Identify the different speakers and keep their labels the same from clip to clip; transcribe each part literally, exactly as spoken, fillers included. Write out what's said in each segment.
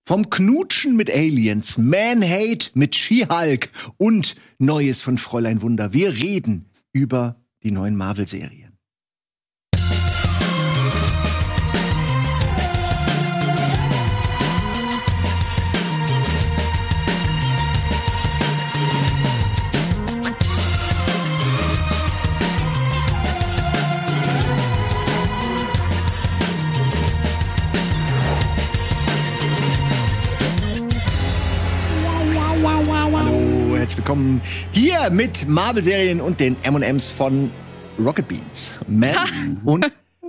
Speaker 1: Vom Knutschen mit Aliens, Man-Hate mit She-Hulk und Neues von Fräulein Wunder. Wir reden über die neuen Marvel-Serien. Herzlich willkommen hier mit Marvel-Serien und den M und M's von Rocket Beans. Matt und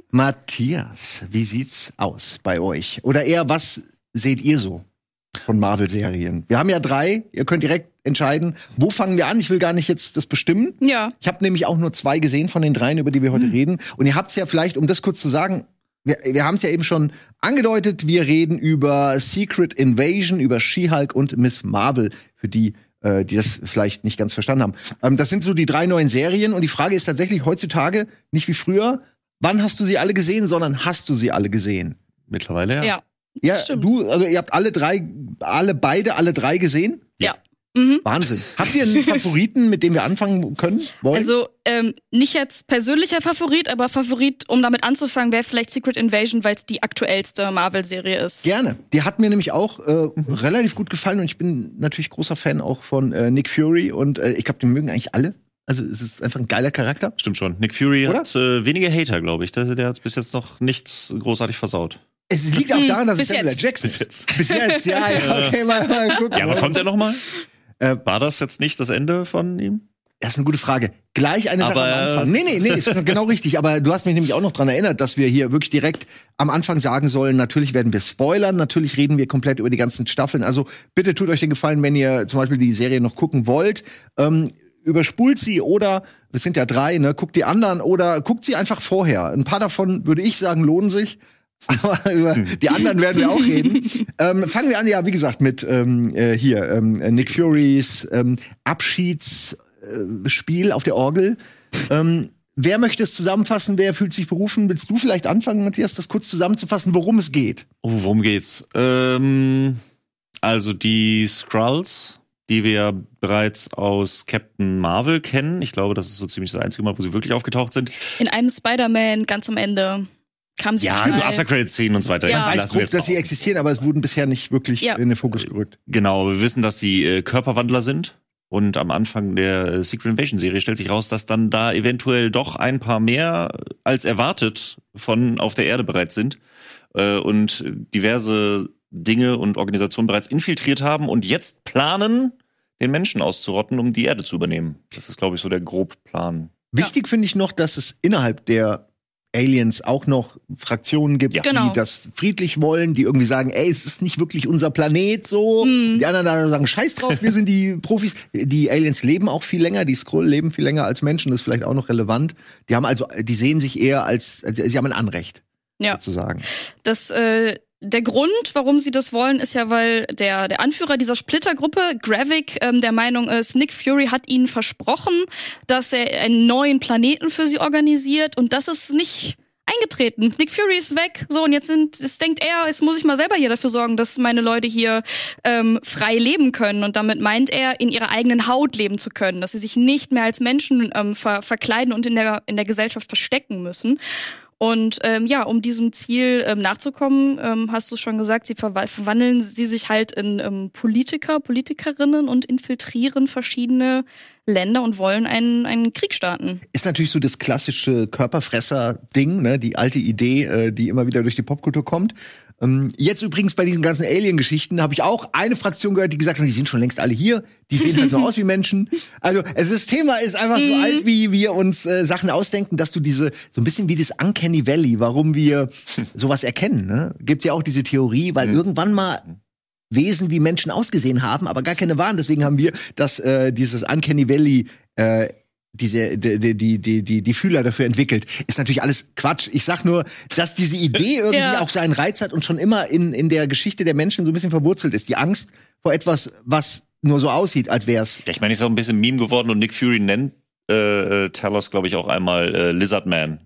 Speaker 1: Matthias, wie sieht's aus bei euch? Oder eher, was seht ihr so von Marvel-Serien? Wir haben ja drei, ihr könnt direkt entscheiden, wo fangen wir an? Ich will gar nicht jetzt das bestimmen.
Speaker 2: Ja.
Speaker 1: Ich habe nämlich auch nur zwei gesehen von den dreien, über die wir heute hm. reden. Und ihr habt's ja vielleicht, um das kurz zu sagen, wir, wir haben es ja eben schon angedeutet, wir reden über Secret Invasion, über She-Hulk und Miss Marvel, für die die das vielleicht nicht ganz verstanden haben. Ähm, das sind so die drei neuen Serien und die Frage ist tatsächlich heutzutage nicht wie früher, wann hast du sie alle gesehen, sondern hast du sie alle gesehen?
Speaker 3: Mittlerweile, ja.
Speaker 2: Ja,
Speaker 1: ja
Speaker 2: stimmt.
Speaker 1: Du, also ihr habt alle drei, alle beide, alle drei gesehen?
Speaker 2: Ja. Mhm.
Speaker 1: Wahnsinn. Habt ihr einen Favoriten, mit dem wir anfangen können? Wollen?
Speaker 2: Also ähm, nicht jetzt persönlicher Favorit, aber Favorit, um damit anzufangen, wäre vielleicht Secret Invasion, weil es die aktuellste Marvel-Serie ist.
Speaker 1: Gerne. Die hat mir nämlich auch äh, mhm. relativ gut gefallen und ich bin natürlich großer Fan auch von äh, Nick Fury und äh, ich glaube, den mögen eigentlich alle. Also es ist einfach ein geiler Charakter.
Speaker 3: Stimmt schon. Nick Fury
Speaker 1: Oder?
Speaker 3: hat äh, wenige Hater, glaube ich. Der, der hat bis jetzt noch nichts großartig versaut.
Speaker 1: Es liegt auch daran, dass es Samuel L. Jackson
Speaker 3: ist. Bis jetzt.
Speaker 1: Bis jetzt, ja, ja. Okay, mal, mal gucken.
Speaker 3: Ja, aber kommt er noch mal? Äh, War das jetzt nicht das Ende von ihm?
Speaker 1: Das ist eine gute Frage. Gleich eine
Speaker 3: aber,
Speaker 1: Sache am Anfang. Nee, nee, nee, ist genau richtig. Aber du hast mich nämlich auch noch dran erinnert, dass wir hier wirklich direkt am Anfang sagen sollen, natürlich werden wir spoilern, natürlich reden wir komplett über die ganzen Staffeln. Also bitte tut euch den Gefallen, wenn ihr zum Beispiel die Serie noch gucken wollt. Ähm, überspult sie oder, es sind ja drei, ne, guckt die anderen oder guckt sie einfach vorher. Ein paar davon, würde ich sagen, lohnen sich. Aber über die anderen werden wir auch reden. ähm, fangen wir an, ja, wie gesagt, mit ähm, äh, hier ähm, Nick Furys ähm, Abschiedsspiel äh, auf der Orgel. Ähm, wer möchte es zusammenfassen? Wer fühlt sich berufen? Willst du vielleicht anfangen, Matthias, das kurz zusammenzufassen, worum es geht?
Speaker 3: Oh, worum geht's? Ähm, also die Skrulls, die wir bereits aus Captain Marvel kennen. Ich glaube, das ist so ziemlich das einzige Mal, wo sie wirklich aufgetaucht sind.
Speaker 2: In einem Spider-Man ganz am Ende. Kam sie
Speaker 3: ja, so After-Credit-Szenen und so weiter.
Speaker 2: Ja.
Speaker 1: Man weiß grob, dass sie existieren, aber es wurden bisher nicht wirklich
Speaker 2: ja.
Speaker 1: in den Fokus gerückt.
Speaker 3: Genau, wir wissen, dass sie äh, Körperwandler sind. Und am Anfang der äh, Secret Invasion-Serie stellt sich raus, dass dann da eventuell doch ein paar mehr als erwartet von auf der Erde bereits sind. Äh, und diverse Dinge und Organisationen bereits infiltriert haben und jetzt planen, den Menschen auszurotten, um die Erde zu übernehmen. Das ist, glaube ich, so der Grobplan.
Speaker 1: Wichtig ja. finde ich noch, dass es innerhalb der Aliens auch noch Fraktionen gibt,
Speaker 2: ja. genau.
Speaker 1: die das friedlich wollen, die irgendwie sagen, ey, es ist nicht wirklich unser Planet so.
Speaker 2: Mhm.
Speaker 1: Die anderen da sagen, scheiß drauf, wir sind die Profis. Die Aliens leben auch viel länger, die Skrull leben viel länger als Menschen, das ist vielleicht auch noch relevant. Die haben also, die sehen sich eher als, als sie haben ein Anrecht,
Speaker 2: ja.
Speaker 1: sozusagen.
Speaker 2: Das, äh Der Grund, warum sie das wollen, ist ja, weil der, der Anführer dieser Splittergruppe, Gravik, ähm, der Meinung ist, Nick Fury hat ihnen versprochen, dass er einen neuen Planeten für sie organisiert und das ist nicht eingetreten. Nick Fury ist weg, so und jetzt sind, jetzt denkt er, jetzt muss ich mal selber hier dafür sorgen, dass meine Leute hier ähm, frei leben können und damit meint er, in ihrer eigenen Haut leben zu können, dass sie sich nicht mehr als Menschen ähm, ver- verkleiden und in der, in der Gesellschaft verstecken müssen. Und ähm, ja, um diesem Ziel ähm, nachzukommen, ähm, hast du schon gesagt, sie verwa- verwandeln sie sich halt in ähm, Politiker, Politikerinnen und infiltrieren verschiedene Länder und wollen einen, einen Krieg starten.
Speaker 1: Ist natürlich so das klassische Körperfresser-Ding, ne? Die alte Idee, äh, die immer wieder durch die Popkultur kommt. Ähm, jetzt übrigens bei diesen ganzen Alien-Geschichten habe ich auch eine Fraktion gehört, die gesagt hat, die sind schon längst alle hier, die sehen halt nur aus wie Menschen. Also es ist, das Thema ist einfach so
Speaker 2: Mhm.
Speaker 1: alt, wie wir uns äh, Sachen ausdenken, dass du diese, so ein bisschen wie das Uncanny Valley, warum wir sowas erkennen, ne? Gibt ja auch diese Theorie, weil
Speaker 3: Mhm.
Speaker 1: irgendwann mal Wesen wie Menschen ausgesehen haben, aber gar keine waren. Deswegen haben wir das, äh, dieses Uncanny Valley, äh, diese, die, die, die, die, die Fühler dafür entwickelt. Ist natürlich alles Quatsch. Ich sag nur, dass diese Idee irgendwie
Speaker 2: Ja.
Speaker 1: auch seinen Reiz hat und schon immer in, in der Geschichte der Menschen so ein bisschen verwurzelt ist. Die Angst vor etwas, was nur so aussieht, als wär's.
Speaker 3: Ja, ich meine, ist auch ein bisschen Meme geworden und Nick Fury nennt äh, äh, Talos, glaube ich, auch einmal äh, Lizard Man.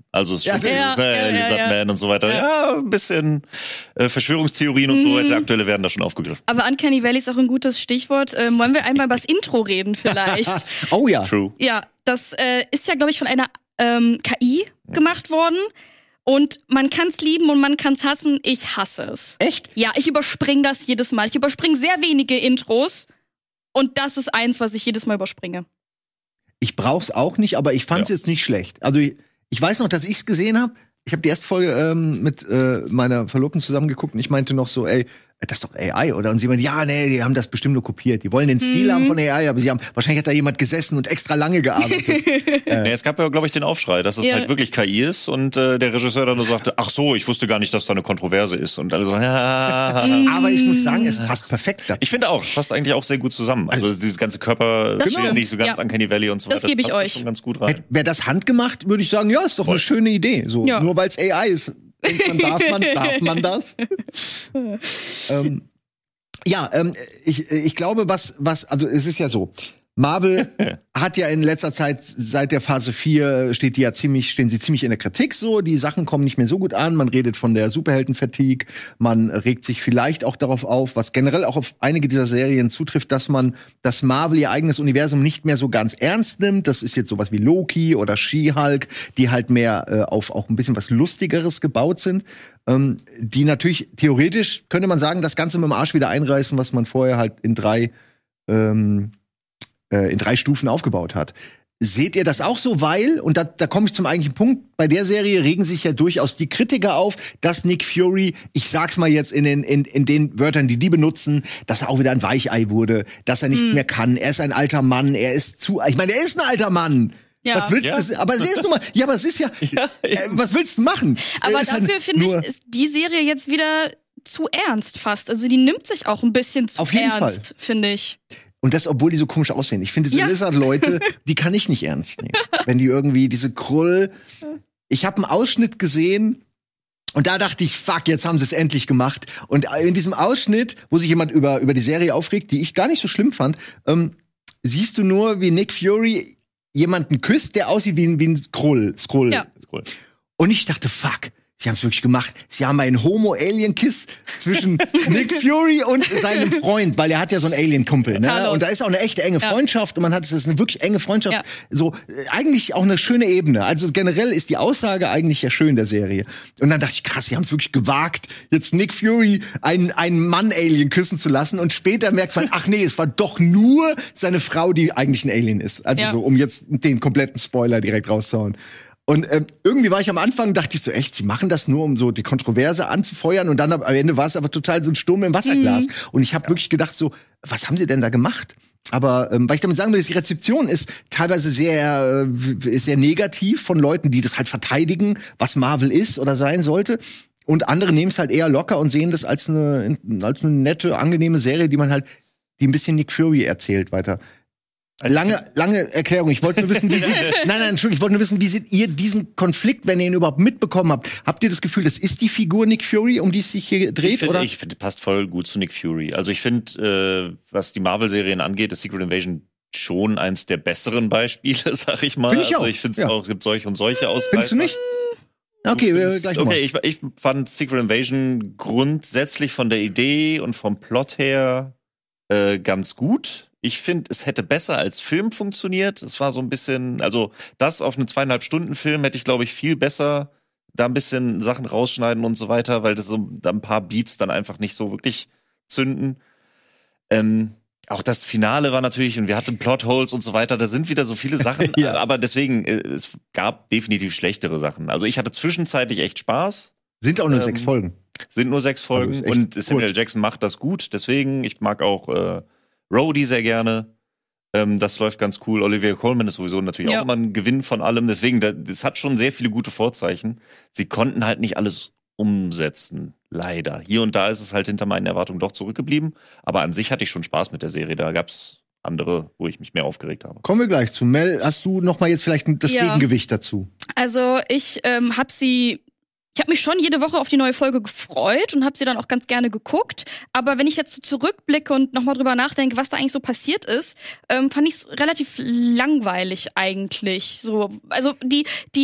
Speaker 3: Also es ist
Speaker 1: Ja,
Speaker 3: schon
Speaker 2: ja,
Speaker 3: dieses, äh,
Speaker 2: ja, ja,
Speaker 3: Lizard Man
Speaker 2: ja.
Speaker 3: und so weiter. Ja, ein bisschen äh, Verschwörungstheorien und so weiter. Aktuelle werden da schon aufgegriffen.
Speaker 2: Aber Uncanny Valley ist auch ein gutes Stichwort. Ähm, wollen wir einmal über das Intro reden vielleicht?
Speaker 1: Oh ja.
Speaker 3: True.
Speaker 2: Ja, das äh, ist ja, glaube ich, von einer ähm, K I gemacht worden. Und man kann's lieben und man kann's hassen. Ich hasse es.
Speaker 1: Echt?
Speaker 2: Ja, ich überspringe das jedes Mal. Ich überspringe sehr wenige Intros. Und das ist eins, was ich jedes Mal überspringe.
Speaker 1: Ich brauch's auch nicht, aber ich fand's
Speaker 3: Ja.
Speaker 1: jetzt nicht schlecht. Also ich, ich weiß noch, dass ich's gesehen habe. Ich habe die erste Folge ähm, mit äh, meiner Verlobten zusammengeguckt und ich meinte noch so, ey, das ist doch A I, oder? Und sie meinte, ja, nee, die haben das bestimmt nur kopiert. Die wollen den Stil
Speaker 2: Mhm.
Speaker 1: haben von A I, aber sie haben, wahrscheinlich hat da jemand gesessen und extra lange gearbeitet.
Speaker 3: Nee, es gab ja, glaube ich, den Aufschrei, dass es
Speaker 2: Ja.
Speaker 3: halt wirklich K I ist und äh, der Regisseur dann nur sagte, ach so, ich wusste gar nicht, dass da eine Kontroverse ist. Und alle so, ja.
Speaker 1: Aber ich muss sagen, es passt perfekt dazu.
Speaker 3: Ich finde auch, es passt eigentlich auch sehr gut zusammen. Also dieses ganze Körper,
Speaker 2: Das
Speaker 3: genau.
Speaker 2: stimmt,
Speaker 3: nicht so ganz
Speaker 2: ja.
Speaker 3: Uncanny Valley und so
Speaker 2: Das
Speaker 3: weiter.
Speaker 2: gebe ich
Speaker 3: passt da
Speaker 2: euch.
Speaker 3: schon ganz gut rein.
Speaker 1: Wäre das handgemacht, würde ich sagen, ja, ist doch
Speaker 3: Voll.
Speaker 1: eine schöne Idee. So,
Speaker 2: Ja.
Speaker 1: nur weil es A I ist. Denkt man, darf man, darf man das? ähm, ja, ähm, ich, ich glaube, was, was, also es ist ja so. Marvel hat ja in letzter Zeit, seit der Phase vier, steht die ja ziemlich, stehen sie ziemlich in der Kritik so. Die Sachen kommen nicht mehr so gut an. Man redet von der Superhelden-Fatigue. Man regt sich vielleicht auch darauf auf, was generell auch auf einige dieser Serien zutrifft, dass man, dass Marvel ihr eigenes Universum nicht mehr so ganz ernst nimmt. Das ist jetzt sowas wie Loki oder She-Hulk, die halt mehr äh, auf auch ein bisschen was Lustigeres gebaut sind. Ähm, die natürlich, theoretisch könnte man sagen, das Ganze mit dem Arsch wieder einreißen, was man vorher halt in drei, ähm, in drei Stufen aufgebaut hat. Seht ihr das auch so? Weil, und da, da komme ich zum eigentlichen Punkt, bei der Serie regen sich ja durchaus die Kritiker auf, dass Nick Fury, ich sag's mal jetzt in den, in, in den Wörtern, die die benutzen, dass er auch wieder ein Weichei wurde, dass er nichts
Speaker 2: Hm.
Speaker 1: mehr kann. Er ist ein alter Mann, er ist zu, ich meine, er ist ein alter Mann.
Speaker 2: Ja.
Speaker 1: Was willst du?
Speaker 3: Ja.
Speaker 1: Das, aber es ist nun mal, ja, aber es ist ja,
Speaker 3: Ja,
Speaker 1: äh, was willst du machen?
Speaker 2: Aber
Speaker 1: Er ist halt
Speaker 2: dafür, finde
Speaker 1: nur-
Speaker 2: ich, ist die Serie jetzt wieder zu ernst fast. Also die nimmt sich auch ein bisschen zu
Speaker 1: Auf jeden
Speaker 2: ernst, finde ich.
Speaker 1: Und das, obwohl die so komisch aussehen. Ich finde, diese
Speaker 2: Ja.
Speaker 1: Lizard-Leute, die kann ich nicht ernst nehmen. Wenn die irgendwie diese Krull. Ich habe einen Ausschnitt gesehen und da dachte ich, fuck, jetzt haben sie es endlich gemacht. Und in diesem Ausschnitt, wo sich jemand über, über die Serie aufregt, die ich gar nicht so schlimm fand, ähm, siehst du nur, wie Nick Fury jemanden küsst, der aussieht wie ein, wie ein Skrull. Skrull.
Speaker 2: Ja.
Speaker 3: ist cool.
Speaker 1: Und ich dachte, fuck. Sie haben es wirklich gemacht. Sie haben einen Homo-Alien-Kiss zwischen Nick Fury und seinem Freund, weil er hat ja so einen Alien-Kumpel. Ne?
Speaker 2: Talos.
Speaker 1: Und da ist auch eine echte enge
Speaker 2: Ja.
Speaker 1: Freundschaft und man hat es ist eine wirklich enge Freundschaft.
Speaker 2: Ja.
Speaker 1: So äh, eigentlich auch eine schöne Ebene. Also generell ist die Aussage eigentlich ja schön der Serie. Und dann dachte ich, krass, sie haben es wirklich gewagt, jetzt Nick Fury einen einen Mann-Alien küssen zu lassen. Und später merkt man, ach nee, es war doch nur seine Frau, die eigentlich ein Alien ist. Also
Speaker 2: Ja.
Speaker 1: so, um jetzt den kompletten Spoiler direkt rauszuhauen. Und ähm, irgendwie war ich am Anfang, dachte ich so, echt, sie machen das nur, um so die Kontroverse anzufeuern. Und dann am Ende war es aber total so ein Sturm im Wasserglas.
Speaker 2: Mhm.
Speaker 1: Und ich habe wirklich gedacht so, was haben sie denn da gemacht? Aber ähm, weil ich damit sagen will, ist, die Rezeption ist teilweise sehr, äh, ist sehr negativ von Leuten, die das halt verteidigen, was Marvel ist oder sein sollte. Und andere nehmen es halt eher locker und sehen das als eine, als eine nette, angenehme Serie, die man halt, die ein bisschen Nick Fury erzählt weiter. Lange, lange Erklärung. Ich wollte nur wissen, wie sie, nein, nein, Entschuldigung, ich wollte nur wissen, wie seht ihr diesen Konflikt, wenn ihr ihn überhaupt mitbekommen habt? Habt ihr das Gefühl, das ist die Figur Nick Fury, um die es sich hier dreht,
Speaker 3: Ich finde,
Speaker 1: oder?
Speaker 3: ich finde, passt voll gut zu Nick Fury. Also ich finde, äh, was die Marvel-Serien angeht, ist Secret Invasion schon eins der besseren Beispiele, sag ich mal.
Speaker 1: Find ich auch,
Speaker 3: Also ich finde es
Speaker 1: ja.
Speaker 3: auch, es gibt solche und solche Ausreißer.
Speaker 1: Findest du nicht? Okay, wir
Speaker 3: Findest-
Speaker 1: gleich mal.
Speaker 3: Okay, ich, ich fand Secret Invasion grundsätzlich von der Idee und vom Plot her äh, ganz gut. Ich finde, es hätte besser als Film funktioniert. Es war so ein bisschen, also das auf einen zweieinhalb Stunden Film hätte ich, glaube ich, viel besser da ein bisschen Sachen rausschneiden und so weiter, weil das so da ein paar Beats dann einfach nicht so wirklich zünden. Ähm, auch das Finale war natürlich, und wir hatten Plotholes und so weiter, da sind wieder so viele Sachen,
Speaker 1: Ja.
Speaker 3: aber deswegen, äh, es gab definitiv schlechtere Sachen. Also ich hatte zwischenzeitlich echt Spaß.
Speaker 1: Sind auch nur
Speaker 3: ähm,
Speaker 1: sechs Folgen.
Speaker 3: Sind nur sechs Folgen
Speaker 1: Also ist echt
Speaker 3: und Samuel
Speaker 1: kurz.
Speaker 3: Jackson macht das gut, deswegen, ich mag auch äh, Rhodey sehr gerne. Ähm, das läuft ganz cool. Olivia Colman ist sowieso natürlich
Speaker 2: Ja.
Speaker 3: auch immer ein Gewinn von allem. Deswegen, da- das hat schon sehr viele gute Vorzeichen. Sie konnten halt nicht alles umsetzen, leider. Hier und da ist es halt hinter meinen Erwartungen doch zurückgeblieben. Aber an sich hatte ich schon Spaß mit der Serie. Da gab's andere, wo ich mich mehr aufgeregt habe.
Speaker 1: Kommen wir gleich zu. Mel, hast du noch mal jetzt vielleicht das
Speaker 2: Ja.
Speaker 1: Gegengewicht dazu?
Speaker 2: Also ich ähm, habe sie, ich habe mich schon jede Woche auf die neue Folge gefreut und habe sie dann auch ganz gerne geguckt. Aber wenn ich jetzt so zurückblicke und nochmal drüber nachdenke, was da eigentlich so passiert ist, ähm, fand ich es relativ langweilig eigentlich. So, also die die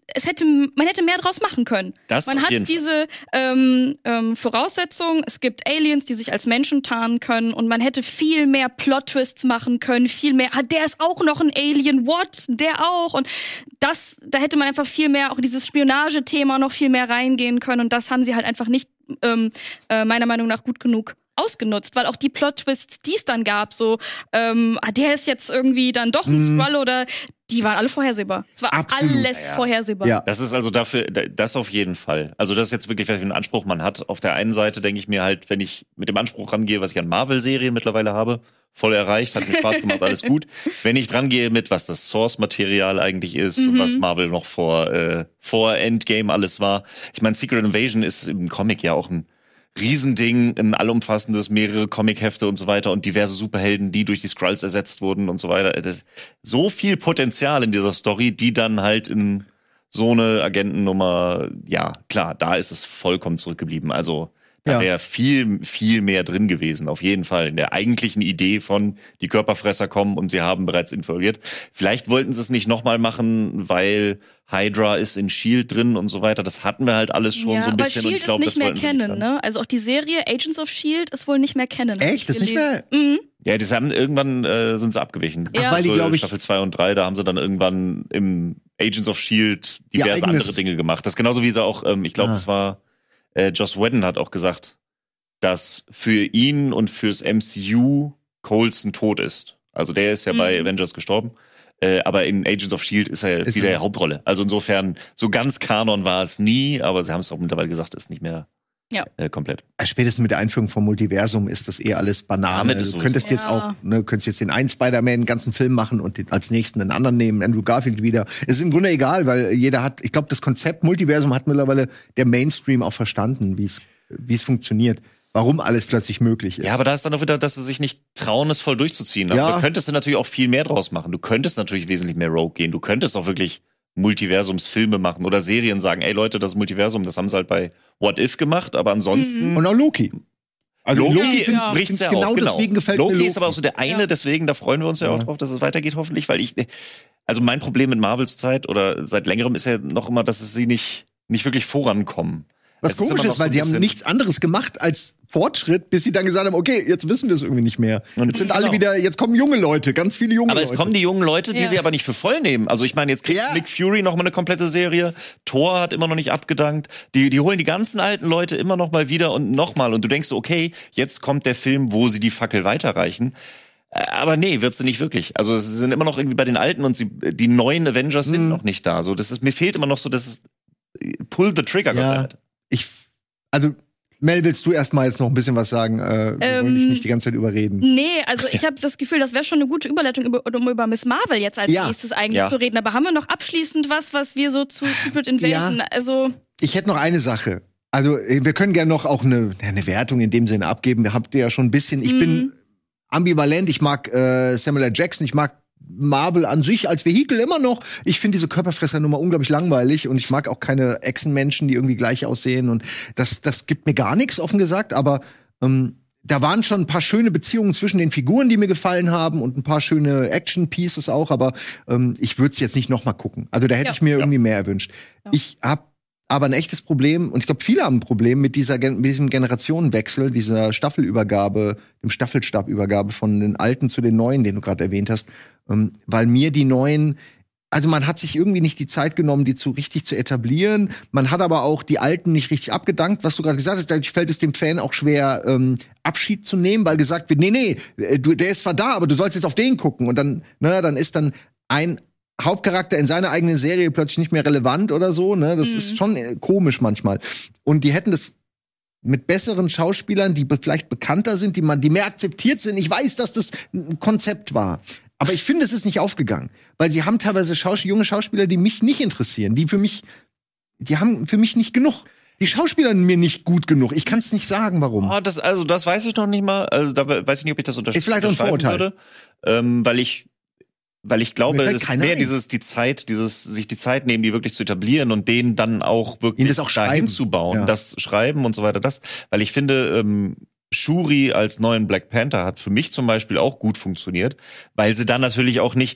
Speaker 2: es hätte, man hätte mehr draus machen können.
Speaker 3: Das
Speaker 2: man
Speaker 3: auf
Speaker 2: hat
Speaker 3: jeden
Speaker 2: diese ähm, ähm, Voraussetzungen, es gibt Aliens, die sich als Menschen tarnen können und man hätte viel mehr Plot-Twists machen können, viel mehr, ah, der ist auch noch ein Alien, what? Der auch. Und das, da hätte man einfach viel mehr, auch dieses Spionagethema noch viel mehr reingehen können und das haben sie halt einfach nicht, ähm, äh, meiner Meinung nach, gut genug ausgenutzt, weil auch die Plot-Twists, die es dann gab, so, ähm, ah, der ist jetzt irgendwie dann doch ein
Speaker 1: Mhm.
Speaker 2: Skrull oder die waren alle vorhersehbar. Es war
Speaker 1: Absolut.
Speaker 2: alles
Speaker 3: Ja, ja.
Speaker 2: vorhersehbar.
Speaker 1: Ja.
Speaker 3: Das ist also dafür, das auf jeden Fall. Also das ist jetzt wirklich, welchen Anspruch man hat. Auf der einen Seite denke ich mir halt, wenn ich mit dem Anspruch rangehe, was ich an Marvel-Serien mittlerweile habe, voll erreicht, hat mir Spaß gemacht, alles gut. Wenn ich dran gehe mit, was das Source-Material eigentlich ist
Speaker 2: Mhm.
Speaker 3: und was Marvel noch vor, äh, vor Endgame alles war. Ich meine, Secret Invasion ist im Comic ja auch ein Riesending, ein allumfassendes, mehrere Comichefte und so weiter und diverse Superhelden, die durch die Skrulls ersetzt wurden und so weiter. Das ist so viel Potenzial in dieser Story, die dann halt in so eine Agentennummer, ja, klar, da ist es vollkommen zurückgeblieben. Also da
Speaker 1: Ja.
Speaker 3: wäre viel, viel mehr drin gewesen, auf jeden Fall. In der eigentlichen Idee von, die Körperfresser kommen und sie haben bereits involviert. Vielleicht wollten sie es nicht nochmal machen, weil Hydra ist in S H I E L D drin und so weiter. Das hatten wir halt alles schon
Speaker 2: ja,
Speaker 3: so ein
Speaker 2: aber
Speaker 3: bisschen.
Speaker 2: S H I E L D
Speaker 3: und ich glaube,
Speaker 2: ist
Speaker 3: das
Speaker 2: nicht mehr
Speaker 3: wollten sie nicht
Speaker 2: kennen,
Speaker 3: haben.
Speaker 2: ne? Also auch die Serie Agents of S H I E L D ist wohl nicht mehr kennen. hab
Speaker 1: Echt?
Speaker 2: ich
Speaker 1: Das ist nicht
Speaker 2: gelesen.
Speaker 1: mehr?
Speaker 2: Mhm.
Speaker 3: Ja, das haben irgendwann äh, sind sie abgewichen.
Speaker 2: Ja.
Speaker 1: Ach, weil die,
Speaker 3: So,
Speaker 1: glaube ich,
Speaker 3: Staffel zwei und drei, da haben sie dann irgendwann im Agents of S H I E L D diverse
Speaker 1: Ihr eigenes-
Speaker 3: andere Dinge gemacht. Das ist genauso wie sie auch, ähm, ich glaube,
Speaker 1: Ah.
Speaker 3: es war äh, Joss Whedon hat auch gesagt, dass für ihn und fürs M C U Coulson tot ist. Also der ist ja
Speaker 2: Mhm.
Speaker 3: bei Avengers gestorben. Äh, aber in Agents of S H I E L D ist er
Speaker 1: Ist
Speaker 3: wieder
Speaker 1: er-
Speaker 3: der Hauptrolle. Also insofern, so ganz Kanon war es nie, aber sie haben es auch mittlerweile gesagt, ist nicht mehr
Speaker 2: Ja.
Speaker 3: äh, komplett.
Speaker 1: Spätestens mit der Einführung vom Multiversum ist das eh alles Banane.
Speaker 3: Damit ist
Speaker 1: du
Speaker 3: sowieso.
Speaker 1: könntest jetzt
Speaker 2: Ja.
Speaker 1: auch, ne, könntest jetzt den einen Spider-Man, einen ganzen Film machen und den, als nächsten einen anderen nehmen, Andrew Garfield wieder. Es ist im Grunde egal, weil jeder hat, ich glaube, das Konzept Multiversum hat mittlerweile der Mainstream auch verstanden, wie es wie es funktioniert, warum alles plötzlich möglich ist.
Speaker 3: Ja, aber da ist dann auch wieder, dass sie sich nicht trauen, es voll durchzuziehen. Aber
Speaker 1: Ja.
Speaker 3: da könntest du natürlich auch viel mehr draus machen. Du könntest natürlich wesentlich mehr Rogue gehen. Du könntest auch wirklich Multiversumsfilme machen oder Serien sagen, ey Leute, das Multiversum, das haben sie halt bei What If gemacht, aber ansonsten
Speaker 1: Und auch Loki. Also
Speaker 3: Loki
Speaker 1: find-
Speaker 2: ja.
Speaker 3: bricht's ja
Speaker 1: genau
Speaker 3: auch, genau.
Speaker 1: deswegen gefällt
Speaker 3: Loki
Speaker 1: mir Loki.
Speaker 3: ist aber auch so der eine,
Speaker 2: Ja.
Speaker 3: deswegen, da freuen wir uns ja,
Speaker 1: Ja.
Speaker 3: auch drauf, dass es weitergeht hoffentlich, weil ich, also mein Problem mit Marvels Zeit oder seit längerem ist ja noch immer, dass es sie nicht, nicht wirklich vorankommen.
Speaker 1: Was
Speaker 3: Es ist
Speaker 1: komisch
Speaker 3: immer
Speaker 1: ist,
Speaker 3: noch
Speaker 1: weil
Speaker 3: so
Speaker 1: sie
Speaker 3: ein
Speaker 1: haben
Speaker 3: bisschen-
Speaker 1: nichts anderes gemacht als Fortschritt, bis sie dann gesagt haben, okay, jetzt wissen wir es irgendwie nicht mehr.
Speaker 3: Und-
Speaker 1: Jetzt sind alle
Speaker 3: genau.
Speaker 1: wieder, jetzt kommen junge Leute, ganz viele junge
Speaker 3: Aber
Speaker 1: Leute.
Speaker 3: es kommen die jungen Leute, die
Speaker 2: Ja.
Speaker 3: sie aber nicht für voll nehmen. Also ich meine, jetzt kriegt
Speaker 1: Ja.
Speaker 3: Nick Fury noch mal eine komplette Serie. Thor hat immer noch nicht abgedankt. Die, die holen die ganzen alten Leute immer noch mal wieder und noch mal. Und du denkst so, okay, jetzt kommt der Film, wo sie die Fackel weiterreichen. Äh, Aber nee, wird sie nicht wirklich. Also sie sind immer noch irgendwie bei den Alten und sie, die neuen Avengers sind
Speaker 1: Mhm.
Speaker 3: noch nicht da. So, das ist, mir fehlt immer noch so, dass es Pull the Trigger
Speaker 1: Ja.
Speaker 3: komplett.
Speaker 1: Ich, also, Mel, willst du erst mal jetzt noch ein bisschen was sagen? Äh, wir
Speaker 2: Ähm,
Speaker 1: wollen dich nicht die ganze Zeit überreden.
Speaker 2: Nee, also ich habe das Gefühl, das wäre schon eine gute Überleitung, über, um über Miss Marvel jetzt als
Speaker 1: Ja.
Speaker 2: nächstes eigentlich
Speaker 3: Ja.
Speaker 2: zu reden. Aber haben wir noch abschließend was, was wir so zu Secret Invasion, also
Speaker 1: Ich hätte noch eine Sache. Also, äh, wir können gerne noch auch eine, eine Wertung in dem Sinne abgeben. Wir habt ihr ja schon ein bisschen, ich
Speaker 2: Mhm.
Speaker 1: bin ambivalent, ich mag äh, Samuel L. Jackson, ich mag Marvel an sich als Vehikel immer noch. Ich finde diese Körperfresser-Nummer unglaublich langweilig und ich mag auch keine Echsenmenschen, die irgendwie gleich aussehen und das, das gibt mir gar nichts, offen gesagt, aber ähm, da waren schon ein paar schöne Beziehungen zwischen den Figuren, die mir gefallen haben und ein paar schöne Action-Pieces auch, aber ähm, ich würde es jetzt nicht noch mal gucken. Also da hätte
Speaker 2: Ja.
Speaker 1: ich mir irgendwie mehr erwünscht.
Speaker 2: Ja.
Speaker 1: Ich habe aber ein echtes Problem, und ich glaube, viele haben ein Problem mit dieser Gen- mit diesem Generationenwechsel, dieser Staffelübergabe, dem Staffelstabübergabe von den Alten zu den Neuen, den du gerade erwähnt hast, ähm, weil mir die Neuen, also man hat sich irgendwie nicht die Zeit genommen, die zu richtig zu etablieren. Man hat aber auch die Alten nicht richtig abgedankt, was du gerade gesagt hast. Dadurch fällt es dem Fan auch schwer, ähm, Abschied zu nehmen, weil gesagt wird, nee, nee, äh, du, der ist zwar da, aber du sollst jetzt auf den gucken. Und dann, na, dann ist dann ein Hauptcharakter in seiner eigenen Serie plötzlich nicht mehr relevant oder so, ne? Das
Speaker 2: Mhm.
Speaker 1: ist schon äh, komisch manchmal. Und die hätten das mit besseren Schauspielern, die be- vielleicht bekannter sind, die man, die mehr akzeptiert sind. Ich weiß, dass das ein Konzept war. Aber ich finde, es ist nicht aufgegangen. Weil sie haben teilweise Schaus- junge Schauspieler, die mich nicht interessieren, die für mich, die haben für mich nicht genug. Die Schauspieler mir nicht gut genug. Ich kann es nicht sagen, warum.
Speaker 3: Oh, das, also das weiß ich noch nicht mal. Also da we- weiß ich nicht, ob ich das untersch-
Speaker 1: Ist vielleicht auch ein
Speaker 3: unterschreiben
Speaker 1: Vorurteil.
Speaker 3: würde. Ähm, weil ich Weil ich glaube,
Speaker 1: Mir fällt
Speaker 3: es ist
Speaker 1: keiner
Speaker 3: mehr
Speaker 1: ein.
Speaker 3: dieses, die Zeit, dieses, sich die Zeit nehmen, die wirklich zu etablieren und denen dann auch wirklich
Speaker 1: Ihnen das auch
Speaker 3: dahin
Speaker 1: schreiben.
Speaker 3: zu bauen,
Speaker 1: Ja.
Speaker 3: das Schreiben und so weiter, das, weil ich finde, ähm, Shuri als neuen Black Panther hat für mich zum Beispiel auch gut funktioniert, weil sie dann natürlich auch nicht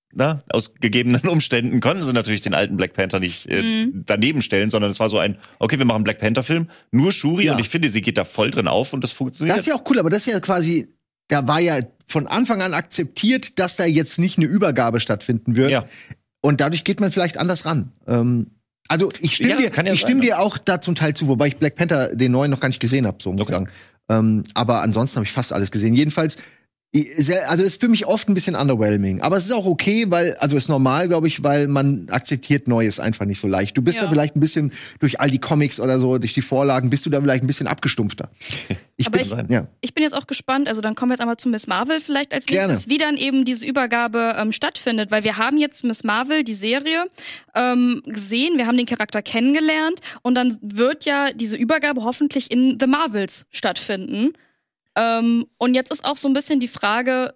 Speaker 3: na, aus gegebenen Umständen konnten sie natürlich den alten Black Panther nicht äh, mhm. daneben stellen, sondern es war so ein, okay, wir machen einen Black Panther-Film, nur Shuri ja. und ich finde, sie geht da voll drin auf und das funktioniert.
Speaker 1: Das ist ja auch cool, aber das ist ja quasi, da war ja von Anfang an akzeptiert, dass da jetzt nicht eine Übergabe stattfinden wird.
Speaker 3: Ja.
Speaker 1: Und dadurch geht man vielleicht anders ran. Ähm, also ich stimme, ja, dir, ja ich stimme dir auch da zum Teil zu, wobei ich Black Panther, den neuen, noch gar nicht gesehen habe, so muss ich sagen. Ähm, aber ansonsten habe ich fast alles gesehen. Jedenfalls, also ist für mich oft ein bisschen underwhelming. Aber es ist auch okay, weil, also ist normal, glaube ich, weil man akzeptiert Neues einfach nicht so leicht. Du bist ja. da vielleicht ein bisschen durch all die Comics oder so, durch die Vorlagen, bist du da vielleicht ein bisschen abgestumpfter.
Speaker 2: Ich Aber bin, ich, ja. ich bin jetzt auch gespannt, also dann kommen wir jetzt einmal zu Miss Marvel vielleicht als
Speaker 1: Gerne.
Speaker 2: nächstes, wie dann eben diese Übergabe ähm, stattfindet. Weil wir haben jetzt Miss Marvel, die Serie, ähm, gesehen, wir haben den Charakter kennengelernt und dann wird ja diese Übergabe hoffentlich in The Marvels stattfinden. Ähm, und jetzt ist auch so ein bisschen die Frage,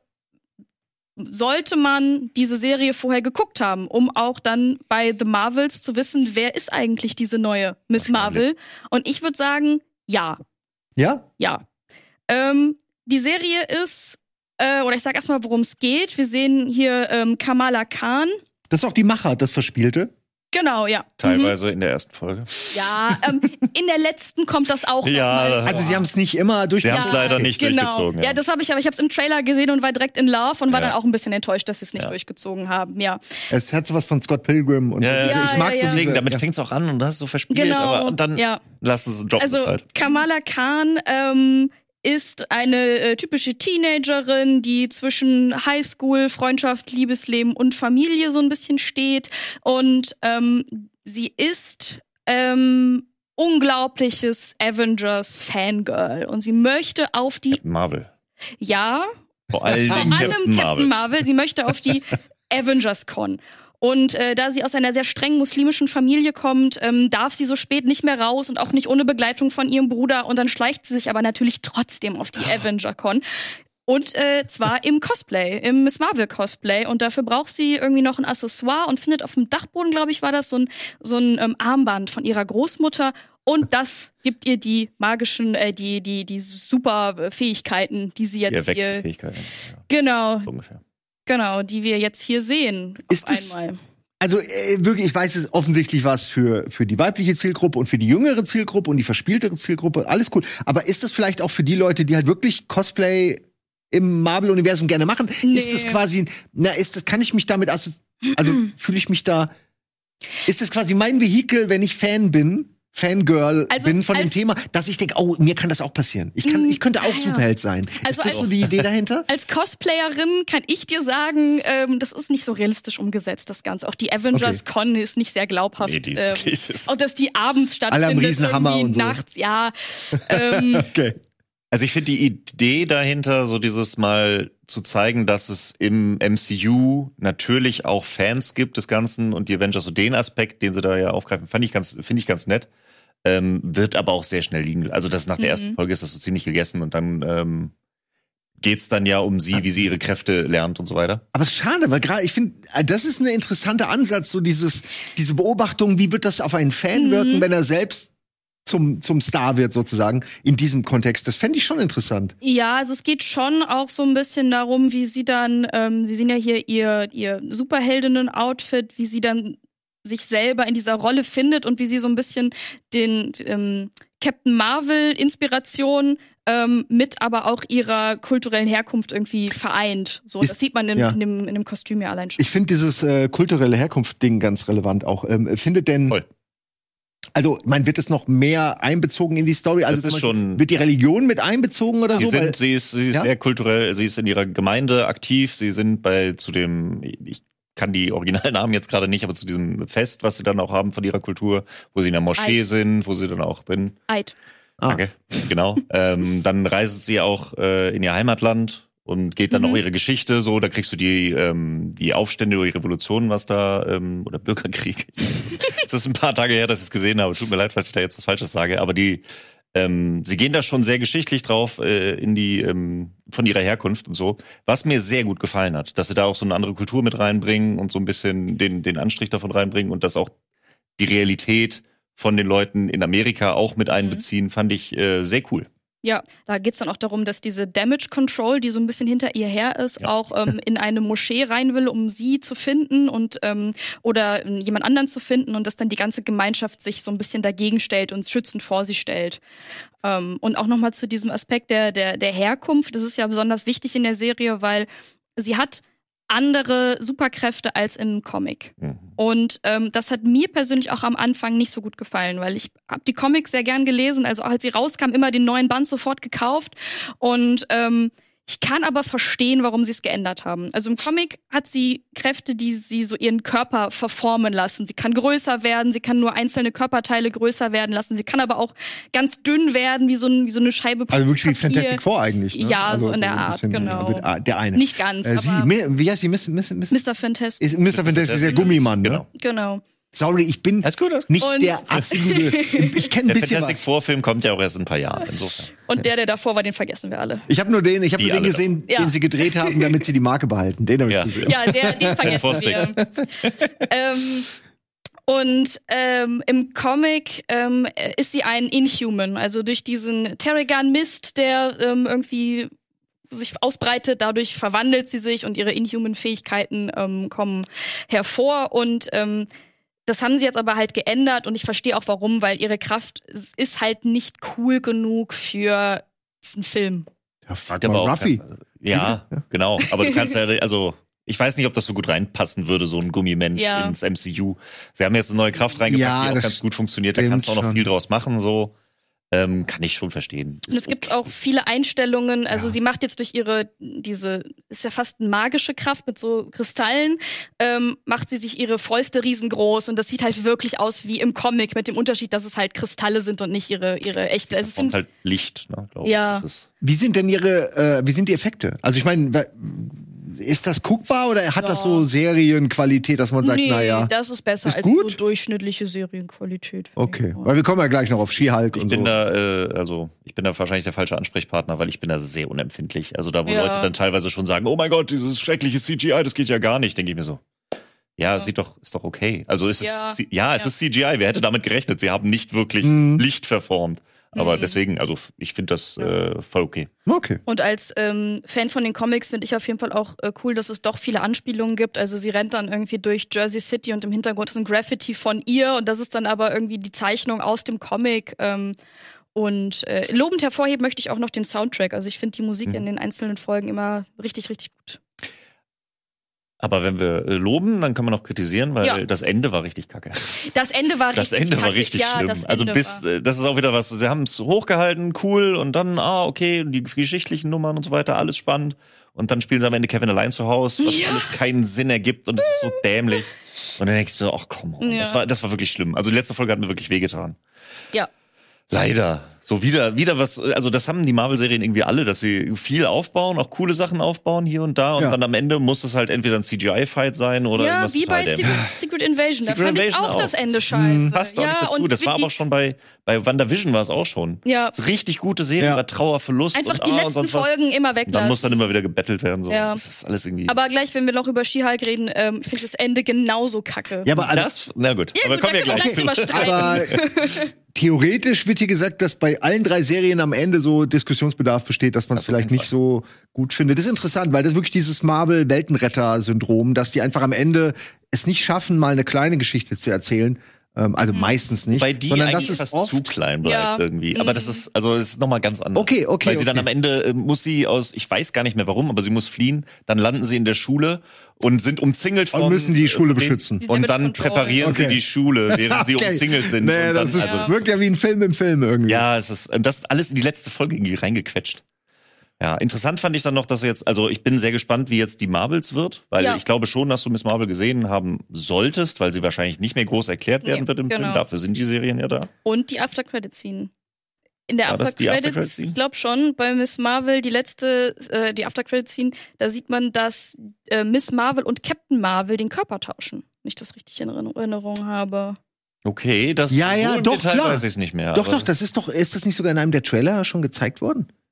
Speaker 2: sollte man diese Serie vorher geguckt haben, um auch dann bei The Marvels zu wissen, wer ist eigentlich diese neue Miss Marvel? Und ich würde sagen, ja.
Speaker 1: Ja?
Speaker 2: Ja. Ähm, die Serie ist, äh, oder ich sag erstmal, worum es geht. Wir sehen hier ähm, Kamala Khan.
Speaker 1: Das ist auch die Macher, das Verspielte.
Speaker 2: Genau, ja.
Speaker 3: Teilweise mhm. in der ersten Folge.
Speaker 2: Ja, ähm, in der letzten kommt das auch
Speaker 3: ja,
Speaker 2: noch mal.
Speaker 1: Also sie haben es nicht immer durchgezogen.
Speaker 3: Sie haben es leider nicht
Speaker 2: genau.
Speaker 3: durchgezogen.
Speaker 2: Ja. ja, das habe ich, aber ich habe es im Trailer gesehen und war direkt in Love und war ja. dann auch ein bisschen enttäuscht, dass sie es nicht
Speaker 3: ja.
Speaker 2: durchgezogen haben. Ja.
Speaker 1: Es hat so was von Scott Pilgrim und
Speaker 3: ja,
Speaker 1: so.
Speaker 3: Ja,
Speaker 1: ich mag
Speaker 2: ja,
Speaker 1: so
Speaker 2: ja.
Speaker 3: deswegen, damit ja. fängt es auch an und das ist so verspielt,
Speaker 2: genau.
Speaker 3: aber und dann
Speaker 2: ja.
Speaker 3: lassen sie droppen
Speaker 2: also,
Speaker 3: es halt.
Speaker 2: Kamala Khan ähm, ist eine äh, typische Teenagerin, die zwischen Highschool, Freundschaft, Liebesleben und Familie so ein bisschen steht. Und ähm, sie ist ähm, unglaubliches Avengers-Fangirl. Und sie möchte auf die...
Speaker 3: Captain Marvel.
Speaker 2: Ja.
Speaker 3: Vor allen Dingen
Speaker 2: Vor allem
Speaker 3: Captain
Speaker 2: Captain
Speaker 3: Marvel.
Speaker 2: Marvel. Sie möchte auf die Avengers-Con. Und äh, da sie aus einer sehr streng muslimischen Familie kommt, ähm, darf sie so spät nicht mehr raus und auch nicht ohne Begleitung von ihrem Bruder. Und dann schleicht sie sich aber natürlich trotzdem auf die Avenger-Con. Und äh, zwar im Cosplay, im Miss Marvel Cosplay. Und dafür braucht sie irgendwie noch ein Accessoire und findet auf dem Dachboden, glaube ich, war das so ein, so ein ähm, Armband von ihrer Großmutter. Und das gibt ihr die magischen, äh, die, die, die super Fähigkeiten, die sie jetzt
Speaker 3: ja,
Speaker 2: hier.
Speaker 3: Fähigkeiten. Ja.
Speaker 2: Genau.
Speaker 3: So ungefähr.
Speaker 2: Genau, die wir jetzt hier sehen.
Speaker 1: Ist
Speaker 2: auf
Speaker 1: das,
Speaker 2: einmal.
Speaker 1: Also äh, wirklich, ich weiß, es ist offensichtlich was für für die weibliche Zielgruppe und für die jüngere Zielgruppe und die verspieltere Zielgruppe. Alles cool. Aber ist das vielleicht auch für die Leute, die halt wirklich Cosplay im Marvel-Universum gerne machen?
Speaker 2: Nee.
Speaker 1: Ist das quasi, na, ist das, kann ich mich damit, also, also fühle ich mich da, ist das quasi mein Vehikel, wenn ich Fan bin? Fangirl
Speaker 2: also,
Speaker 1: bin von dem
Speaker 2: als,
Speaker 1: Thema, dass ich denke, oh, mir kann das auch passieren. Ich kann, ich könnte auch
Speaker 2: ja.
Speaker 1: Superheld sein.
Speaker 2: Also
Speaker 1: ist das
Speaker 2: als,
Speaker 1: so die Idee dahinter?
Speaker 2: Als Cosplayerin kann ich dir sagen, ähm, das ist nicht so realistisch umgesetzt, das Ganze. Auch die Avengers okay. Con ist nicht sehr glaubhaft. Nee, die, ähm, auch dass die abends stattfindet,
Speaker 1: Alle am Riesenhammer und so.
Speaker 2: Nachts, ja. Ähm,
Speaker 3: okay. Also ich finde die Idee dahinter, so dieses Mal zu zeigen, dass es im M C U natürlich auch Fans gibt des Ganzen und die Avengers, so den Aspekt, den sie da ja aufgreifen, fand ich ganz, finde ich ganz nett. Ähm, wird aber auch sehr schnell liegen. Also das nach der mhm. ersten Folge ist das so ziemlich gegessen und dann ähm, geht's dann ja um sie, wie sie ihre Kräfte lernt und so weiter.
Speaker 1: Aber es ist schade, weil gerade ich finde, das ist ein interessanter Ansatz, so dieses diese Beobachtung, wie wird das auf einen Fan
Speaker 2: mhm.
Speaker 1: wirken, wenn er selbst zum zum Star wird sozusagen in diesem Kontext. Das fände ich schon interessant.
Speaker 2: Ja, also es geht schon auch so ein bisschen darum, wie sie dann, ähm, wir sehen ja hier ihr ihr Superheldinnen-Outfit, wie sie dann sich selber in dieser Rolle findet und wie sie so ein bisschen den ähm, Captain Marvel-Inspiration ähm, mit aber auch ihrer kulturellen Herkunft irgendwie vereint. So,
Speaker 1: Ist,
Speaker 2: das sieht man in,
Speaker 1: ja.
Speaker 2: in, dem, in dem Kostüm ja allein schon.
Speaker 1: Ich finde dieses äh, kulturelle Herkunft-Ding ganz relevant auch. Ähm, findet denn
Speaker 3: Voll.
Speaker 1: Also, man wird es noch mehr einbezogen in die Story? Also
Speaker 3: das ist schon,
Speaker 1: wird die Religion mit einbezogen oder
Speaker 3: die
Speaker 1: so?
Speaker 3: Sind,
Speaker 1: Weil,
Speaker 3: sie ist, sie ist ja? sehr kulturell, sie ist in ihrer Gemeinde aktiv, sie sind bei zu dem, ich kann die Originalnamen jetzt gerade nicht, aber zu diesem Fest, was sie dann auch haben von ihrer Kultur, wo sie in der Moschee Eid. sind, wo sie dann auch drin.
Speaker 2: Eid.
Speaker 3: Ah. Danke, genau. ähm, dann reist sie auch äh, in ihr Heimatland und geht dann mhm. auch ihre Geschichte so. Da kriegst du die ähm, die Aufstände oder die Revolution, was da, ähm, oder Bürgerkrieg. Es ist ein paar Tage her, dass ich es gesehen habe. Tut mir leid, falls ich da jetzt was Falsches sage. Aber die Ähm, sie gehen da schon sehr geschichtlich drauf äh, in die ähm, von ihrer Herkunft und so, was mir sehr gut gefallen hat, dass sie da auch so eine andere Kultur mit reinbringen und so ein bisschen den den Anstrich davon reinbringen und dass auch die Realität von den Leuten in Amerika auch mit einbeziehen, mhm. fand ich äh, sehr cool.
Speaker 2: Ja, da geht's dann auch darum, dass diese Damage Control, die so ein bisschen hinter ihr her ist,
Speaker 3: Ja.
Speaker 2: auch ähm, in eine Moschee rein will, um sie zu finden und ähm, oder ähm, jemand anderen zu finden und dass dann die ganze Gemeinschaft sich so ein bisschen dagegen stellt und schützend vor sie stellt. Ähm, und auch nochmal zu diesem Aspekt der, der, der Herkunft, das ist ja besonders wichtig in der Serie, weil sie hat andere Superkräfte als im Comic.
Speaker 3: Mhm.
Speaker 2: Und ähm, das hat mir persönlich auch am Anfang nicht so gut gefallen, weil ich habe die Comics sehr gern gelesen, also auch als sie rauskam, immer den neuen Band sofort gekauft. Und ähm, ich kann aber verstehen, warum sie es geändert haben. Also im Comic hat sie Kräfte, die sie so ihren Körper verformen lassen. Sie kann größer werden, sie kann nur einzelne Körperteile größer werden lassen. Sie kann aber auch ganz dünn werden, wie so, ein, wie so eine Scheibe
Speaker 1: Also wirklich wie
Speaker 2: Papier.
Speaker 1: Fantastic Four eigentlich. Ne?
Speaker 2: Ja,
Speaker 1: also
Speaker 2: so in der
Speaker 1: ein
Speaker 2: Art,
Speaker 1: bisschen,
Speaker 2: genau.
Speaker 1: wird, ah, der eine.
Speaker 2: Nicht ganz,
Speaker 1: äh, sie,
Speaker 2: aber
Speaker 1: Mi- wie heißt sie? Miss, Miss, Miss,
Speaker 2: Mister Fantastic.
Speaker 1: ist Mister Fantastic ist der Gummimann, ne?
Speaker 3: Genau.
Speaker 2: Genau.
Speaker 1: Sorry, ich bin
Speaker 3: Alles gut, alles gut.
Speaker 1: nicht
Speaker 2: Und-
Speaker 1: der absolute. Ich kenne ein
Speaker 3: Der
Speaker 1: bisschen
Speaker 3: Fantastic
Speaker 1: was.
Speaker 3: Four-Film kommt ja auch erst in ein paar Jahren. Insofern.
Speaker 2: Und der, der davor war, den vergessen wir alle.
Speaker 1: Ich habe nur den, ich habe
Speaker 3: Die
Speaker 1: nur den
Speaker 3: alle
Speaker 1: gesehen,
Speaker 2: doch. Ja.
Speaker 1: den sie gedreht haben, damit sie die Marke behalten. Den habe ich
Speaker 3: Ja.
Speaker 1: gesehen.
Speaker 2: Ja, der, den vergessen
Speaker 3: Vorstick.
Speaker 2: wir. ähm, und ähm, im Comic ähm, ist sie ein Inhuman. Also durch diesen Terrigan-Mist, der ähm, irgendwie sich ausbreitet, dadurch verwandelt sie sich und ihre Inhuman-Fähigkeiten ähm, kommen hervor. Und ähm, das haben sie jetzt aber halt geändert und ich verstehe auch warum, weil ihre Kraft ist halt nicht cool genug für einen Film.
Speaker 1: Ja, frag
Speaker 3: Sieht aber
Speaker 1: mal
Speaker 3: auch
Speaker 1: Ruffy.
Speaker 3: ganz- Ja,
Speaker 1: Ja.
Speaker 3: genau. Aber du kannst ja, also ich weiß nicht, ob das so gut reinpassen würde, so ein Gummimensch
Speaker 2: Ja.
Speaker 3: ins M C U. Sie haben jetzt eine neue Kraft reingepackt,
Speaker 1: Ja,
Speaker 3: die auch
Speaker 1: das
Speaker 3: ganz gut funktioniert. Da
Speaker 1: stimmt
Speaker 3: kannst du auch noch
Speaker 1: schon.
Speaker 3: viel draus machen, so. Ähm, kann ich schon verstehen.
Speaker 2: Und es gibt auch viele Einstellungen, also
Speaker 1: Ja.
Speaker 2: sie macht jetzt durch ihre, diese, ist ja fast eine magische Kraft mit so Kristallen, ähm, macht sie sich ihre Fäuste riesengroß und das sieht halt wirklich aus wie im Comic, mit dem Unterschied, dass es halt Kristalle sind und nicht ihre, ihre echte.
Speaker 3: Es
Speaker 2: Es
Speaker 3: kommt
Speaker 2: sind,
Speaker 3: halt Licht, ne, glaube
Speaker 2: Ja.
Speaker 3: ich. Das ist,
Speaker 1: Wie sind denn ihre, äh, wie sind die Effekte? Also ich meine, wa- ist das guckbar oder hat das
Speaker 2: Ja.
Speaker 1: so Serienqualität, dass man sagt,
Speaker 2: nee,
Speaker 1: naja,
Speaker 2: das ist besser
Speaker 1: Ist
Speaker 2: als
Speaker 1: gut?
Speaker 2: so durchschnittliche Serienqualität.
Speaker 1: okay. Weil wir kommen ja gleich noch auf She-Hulk
Speaker 3: ich
Speaker 1: und
Speaker 3: bin
Speaker 1: so.
Speaker 3: da, äh, also ich bin da wahrscheinlich der falsche Ansprechpartner, weil ich bin da sehr unempfindlich. Also da, wo
Speaker 2: Ja.
Speaker 3: Leute dann teilweise schon sagen, oh mein Gott, dieses schreckliche C G I, das geht ja gar nicht, denke ich mir so. Ja,
Speaker 2: Ja.
Speaker 3: sieht doch, ist doch okay. Also ist
Speaker 2: Ja.
Speaker 3: es, ja, es
Speaker 2: Ja.
Speaker 3: ist C G I. Wer hätte damit gerechnet? Sie haben nicht wirklich
Speaker 1: Mhm.
Speaker 3: Licht verformt. Aber
Speaker 2: Mhm.
Speaker 3: deswegen, also ich finde das
Speaker 2: Ja.
Speaker 3: äh, voll okay.
Speaker 1: Okay.
Speaker 2: Und als ähm, Fan von den Comics finde ich auf jeden Fall auch äh, cool, dass es doch viele Anspielungen gibt. Also sie rennt dann irgendwie durch Jersey City und im Hintergrund ist ein Graffiti von ihr und das ist dann aber irgendwie die Zeichnung aus dem Comic. Ähm, und äh, lobend hervorheben möchte ich auch noch den Soundtrack. Also ich finde die Musik
Speaker 3: Mhm.
Speaker 2: in den einzelnen Folgen immer richtig, richtig gut.
Speaker 3: Aber wenn wir äh, loben, dann kann man auch kritisieren, weil
Speaker 2: Ja.
Speaker 3: das Ende war richtig kacke.
Speaker 2: Das Ende war
Speaker 3: Das
Speaker 2: richtig
Speaker 3: Ende war
Speaker 2: kacke.
Speaker 3: richtig
Speaker 2: ja,
Speaker 3: schlimm.
Speaker 2: Das
Speaker 3: Also
Speaker 2: Ende
Speaker 3: bis,
Speaker 2: war,
Speaker 3: äh, das ist auch wieder was, sie haben es hochgehalten, cool, und dann, ah, okay, die geschichtlichen Nummern und so weiter, alles spannend. Und dann spielen sie am Ende Kevin allein zu Hause, was
Speaker 2: Ja.
Speaker 3: alles keinen Sinn ergibt und es ist so dämlich. Und dann denkst du, ach komm, on.
Speaker 2: Ja.
Speaker 3: das war, das war wirklich schlimm. Also die letzte Folge hat mir wirklich wehgetan.
Speaker 2: ja.
Speaker 3: Leider. So wieder, wieder was, also das haben die Marvel-Serien irgendwie alle, dass sie viel aufbauen, auch coole Sachen aufbauen hier und da und
Speaker 1: Ja.
Speaker 3: dann am Ende muss es halt entweder ein C G I-Fight sein oder
Speaker 2: Ja,
Speaker 3: irgendwas
Speaker 2: wie
Speaker 3: total
Speaker 2: bei
Speaker 3: dämlich.
Speaker 2: Secret, Secret Invasion. Da
Speaker 3: Secret
Speaker 2: fand ich
Speaker 3: Invasion
Speaker 2: auch
Speaker 3: auch.
Speaker 2: das Ende scheiße.
Speaker 3: Passt auch
Speaker 2: ja,
Speaker 3: nicht dazu.
Speaker 2: und
Speaker 3: Das war
Speaker 2: die-
Speaker 3: aber schon bei, bei WandaVision war es auch schon.
Speaker 2: Ja,
Speaker 3: Das ist richtig gute Serie,
Speaker 1: Ja.
Speaker 3: über Trauer, Verlust
Speaker 2: einfach
Speaker 3: und,
Speaker 2: die
Speaker 3: ah, und
Speaker 2: letzten
Speaker 3: sonst was.
Speaker 2: Folgen immer
Speaker 3: Und dann
Speaker 2: weglassen.
Speaker 3: muss dann immer wieder gebettelt werden. So.
Speaker 2: Ja.
Speaker 3: Das ist alles irgendwie.
Speaker 2: Aber gleich, wenn wir noch über She-Hulk reden, ähm, finde ich das Ende genauso kacke.
Speaker 1: Ja, aber also,
Speaker 3: das, na gut,
Speaker 2: Ja,
Speaker 3: aber
Speaker 2: gut,
Speaker 3: kommen wir
Speaker 2: da können
Speaker 3: gleich
Speaker 2: wir
Speaker 3: zu.
Speaker 2: gleich drüber streiten.
Speaker 1: aber theoretisch wird hier gesagt, dass bei allen drei Serien am Ende so Diskussionsbedarf besteht, dass man es
Speaker 3: Das auf
Speaker 1: vielleicht
Speaker 3: jeden
Speaker 1: nicht so gut findet. Das ist interessant, weil das ist wirklich dieses Marvel-Weltenretter-Syndrom, dass die einfach am Ende es nicht schaffen, mal eine kleine Geschichte zu erzählen. Ähm, also meistens nicht.
Speaker 3: Bei die
Speaker 1: sondern
Speaker 3: eigentlich
Speaker 1: das ist
Speaker 3: fast
Speaker 1: oft
Speaker 3: zu klein bleibt
Speaker 2: Ja.
Speaker 3: irgendwie. Aber das ist, also es ist nochmal ganz anders.
Speaker 1: Okay, okay,
Speaker 3: Weil sie dann
Speaker 1: okay.
Speaker 3: am Ende äh, muss sie aus, ich weiß gar nicht mehr warum, aber sie muss fliehen. Dann landen sie in der Schule und sind umzingelt von.
Speaker 1: Und müssen die Schule
Speaker 3: von den-
Speaker 1: beschützen.
Speaker 2: Die
Speaker 3: Und
Speaker 2: Damage
Speaker 3: dann
Speaker 2: Control.
Speaker 3: präparieren
Speaker 1: Okay.
Speaker 3: sie die Schule, während sie
Speaker 1: Okay.
Speaker 3: umzingelt sind.
Speaker 1: Nee,
Speaker 3: und dann,
Speaker 1: das ist,
Speaker 3: also,
Speaker 1: es wirkt ja wie ein Film im Film irgendwie.
Speaker 3: ja, es ist, das ist alles in die letzte Folge irgendwie reingequetscht. Ja, interessant fand ich dann noch, dass jetzt, also ich bin sehr gespannt, wie jetzt die Marvels wird, weil
Speaker 2: Ja.
Speaker 3: ich glaube schon, dass du Miss Marvel gesehen haben solltest, weil sie wahrscheinlich nicht mehr groß erklärt werden
Speaker 2: Nee,
Speaker 3: wird im
Speaker 2: genau.
Speaker 3: Film. Dafür sind die Serien ja da.
Speaker 2: Und die After-Credit-Scene. In der
Speaker 3: War das die
Speaker 2: After-Credits,
Speaker 3: After-Credit-Scene?
Speaker 2: ich glaube schon, bei Miss Marvel, die letzte, äh, die After-Credit-Scene, da sieht man, dass äh, Miss Marvel und Captain Marvel den Körper tauschen. Wenn ich das richtig in Erinnerung habe.
Speaker 3: Okay, das
Speaker 1: Ja, ja,
Speaker 3: so im
Speaker 1: doch,
Speaker 3: Detail
Speaker 1: klar.
Speaker 3: weiß ich es nicht mehr.
Speaker 1: Doch,
Speaker 3: aber
Speaker 1: doch, das ist doch, ist das nicht sogar in einem der Trailer schon gezeigt worden?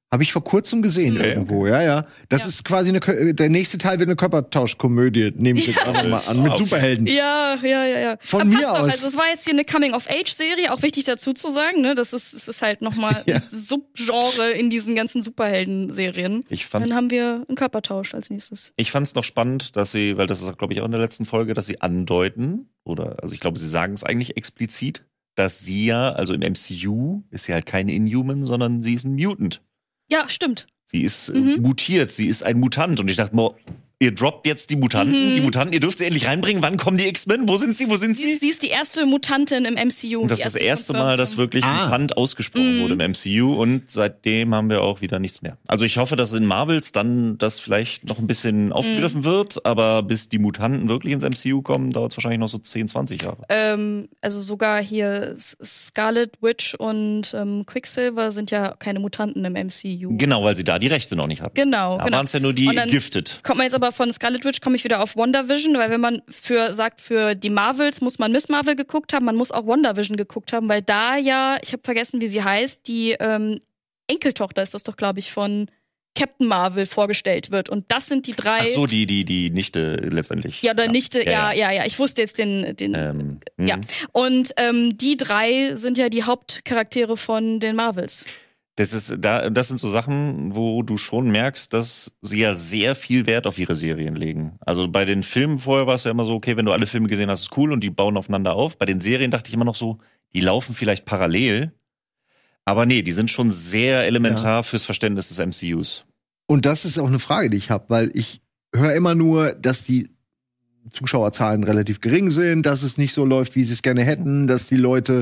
Speaker 1: Habe ich vor kurzem gesehen
Speaker 2: Mhm.
Speaker 1: irgendwo, ja, ja. Das
Speaker 2: Ja.
Speaker 1: ist quasi eine, Kö- der nächste Teil wird eine Körpertauschkomödie, nehme ich jetzt einfach mal an, mit
Speaker 3: Auf-
Speaker 1: Superhelden.
Speaker 2: Ja, ja, ja, ja.
Speaker 1: Von
Speaker 2: Aber
Speaker 1: mir
Speaker 2: passt doch.
Speaker 1: aus.
Speaker 2: Also es war jetzt hier eine Coming-of-Age-Serie, auch wichtig dazu zu sagen, ne? Das ist, es ist halt nochmal
Speaker 1: Ja.
Speaker 2: ein Subgenre in diesen ganzen Superhelden-Serien.
Speaker 3: Ich fand's,
Speaker 2: Dann haben wir einen Körpertausch als nächstes.
Speaker 3: ich fand's noch spannend, dass sie, weil das ist, glaube ich, auch in der letzten Folge, dass sie andeuten, oder, also ich glaube, sie sagen es eigentlich explizit, dass sie ja, also im M C U ist sie halt keine Inhuman, sondern sie ist ein Mutant.
Speaker 2: Ja, stimmt.
Speaker 3: Sie ist äh,
Speaker 2: Mhm.
Speaker 3: mutiert, sie ist ein Mutant. Und ich dachte mir, ihr droppt jetzt die Mutanten,
Speaker 2: Mhm.
Speaker 3: die Mutanten, ihr dürft sie endlich reinbringen. Wann kommen die X-Men? Wo sind sie? Wo sind
Speaker 2: Sie,
Speaker 3: sie?
Speaker 2: sie ist die erste Mutantin im M C U.
Speaker 3: Und das
Speaker 2: Die
Speaker 3: ist das
Speaker 2: erste
Speaker 3: erste Mal, dass wirklich
Speaker 1: Ah.
Speaker 3: Mutant ausgesprochen
Speaker 2: Mhm.
Speaker 3: wurde im M C U. Und seitdem haben wir auch wieder nichts mehr. Also ich hoffe, dass in Marvels dann das vielleicht noch ein bisschen aufgegriffen wird. Aber bis die Mutanten wirklich ins M C U kommen, dauert es wahrscheinlich noch so zehn, zwanzig Jahre.
Speaker 2: Ähm, also sogar hier S- Scarlet Witch und ähm, Quicksilver sind ja keine Mutanten im M C U.
Speaker 3: Genau, weil sie da die Rechte noch nicht hatten.
Speaker 2: Genau,
Speaker 3: Da
Speaker 2: genau.
Speaker 3: waren es ja nur die
Speaker 2: Und dann
Speaker 3: Gifted.
Speaker 2: Kommt man jetzt aber von Scarlet Witch, komme ich wieder auf WandaVision, weil wenn man für sagt, für die Marvels muss man Miss Marvel geguckt haben, man muss auch WandaVision geguckt haben, weil da ja, ich habe vergessen, wie sie heißt, die ähm, Enkeltochter ist das doch, glaube ich, von Captain Marvel vorgestellt wird. Und das sind die drei.
Speaker 3: Ach so, die, die, die Nichte letztendlich.
Speaker 2: Ja, oder Nichte,
Speaker 3: ja,
Speaker 2: ja, ja, ja. Ich wusste jetzt den, den.
Speaker 3: Ähm,
Speaker 2: Ja.
Speaker 3: mhm.
Speaker 2: Und ähm, die drei sind ja die Hauptcharaktere von den Marvels.
Speaker 3: Das ist, da, das sind so Sachen, wo du schon merkst, dass sie ja sehr viel Wert auf ihre Serien legen. Also bei den Filmen vorher war es ja immer so, okay, wenn du alle Filme gesehen hast, ist cool und die bauen aufeinander auf. Bei den Serien dachte ich immer noch so, die laufen vielleicht parallel. Aber nee, die sind schon sehr elementar fürs Verständnis des M C Us.
Speaker 1: Und das ist auch eine Frage, die ich habe, weil ich höre immer nur, dass die Zuschauerzahlen relativ gering sind, dass es nicht so läuft, wie sie es gerne hätten, dass die Leute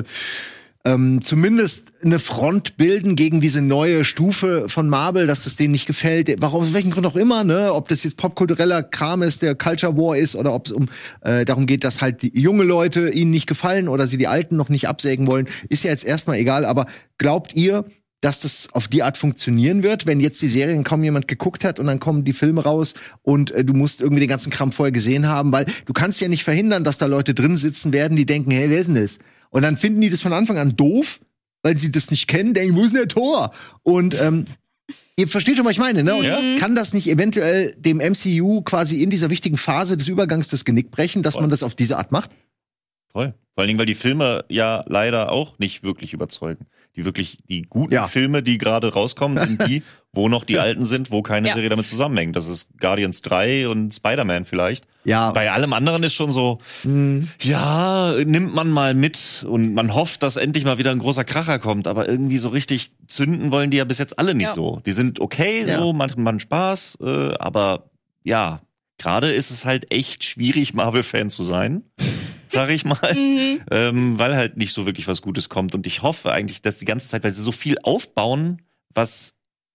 Speaker 1: ähm, zumindest eine Front bilden gegen diese neue Stufe von Marvel, dass das denen nicht gefällt. Warum, aus welchem Grund auch immer, ne? Ob das jetzt popkultureller Kram ist, der Culture War ist, oder ob es um äh, darum geht, dass halt die junge Leute ihnen nicht gefallen oder sie die Alten noch nicht absägen wollen, ist ja jetzt erstmal egal. Aber glaubt ihr, dass das auf die Art funktionieren wird, wenn jetzt die Serien kaum jemand geguckt hat und dann kommen die Filme raus und äh, du musst irgendwie den ganzen Kram vorher gesehen haben, weil du kannst ja nicht verhindern, dass da Leute drin sitzen werden, die denken, hey, wer ist denn das? Und dann finden die das von Anfang an doof, weil sie das nicht kennen, denken, wo ist denn der Tor? Und ähm, ihr versteht schon, was ich meine, ne? Und
Speaker 3: Ja.
Speaker 1: kann das nicht eventuell dem M C U quasi in dieser wichtigen Phase des Übergangs das Genick brechen, dass
Speaker 3: Voll.
Speaker 1: man das auf diese Art macht?
Speaker 3: Voll. Vor allen Dingen, weil die Filme ja leider auch nicht wirklich überzeugen. Die wirklich, die guten
Speaker 1: Ja.
Speaker 3: Filme, die gerade rauskommen, sind die, wo noch die alten sind, wo keine
Speaker 2: Ja.
Speaker 3: Serie damit zusammenhängt. Das ist Guardians drei und Spider-Man vielleicht.
Speaker 1: Ja.
Speaker 3: Bei allem anderen ist schon so,
Speaker 1: Mhm.
Speaker 3: ja, nimmt man mal mit und man hofft, dass endlich mal wieder ein großer Kracher kommt, aber irgendwie so richtig zünden wollen die ja bis jetzt alle nicht
Speaker 2: Ja.
Speaker 3: so. Die sind okay,
Speaker 1: Ja.
Speaker 3: so, machen man Spaß, äh, aber ja, gerade ist es halt echt schwierig, Marvel-Fan zu sein, sag ich mal,
Speaker 2: Mhm.
Speaker 3: ähm, weil halt nicht so wirklich was Gutes kommt und ich hoffe eigentlich, dass die ganze Zeit, weil sie so viel aufbauen, was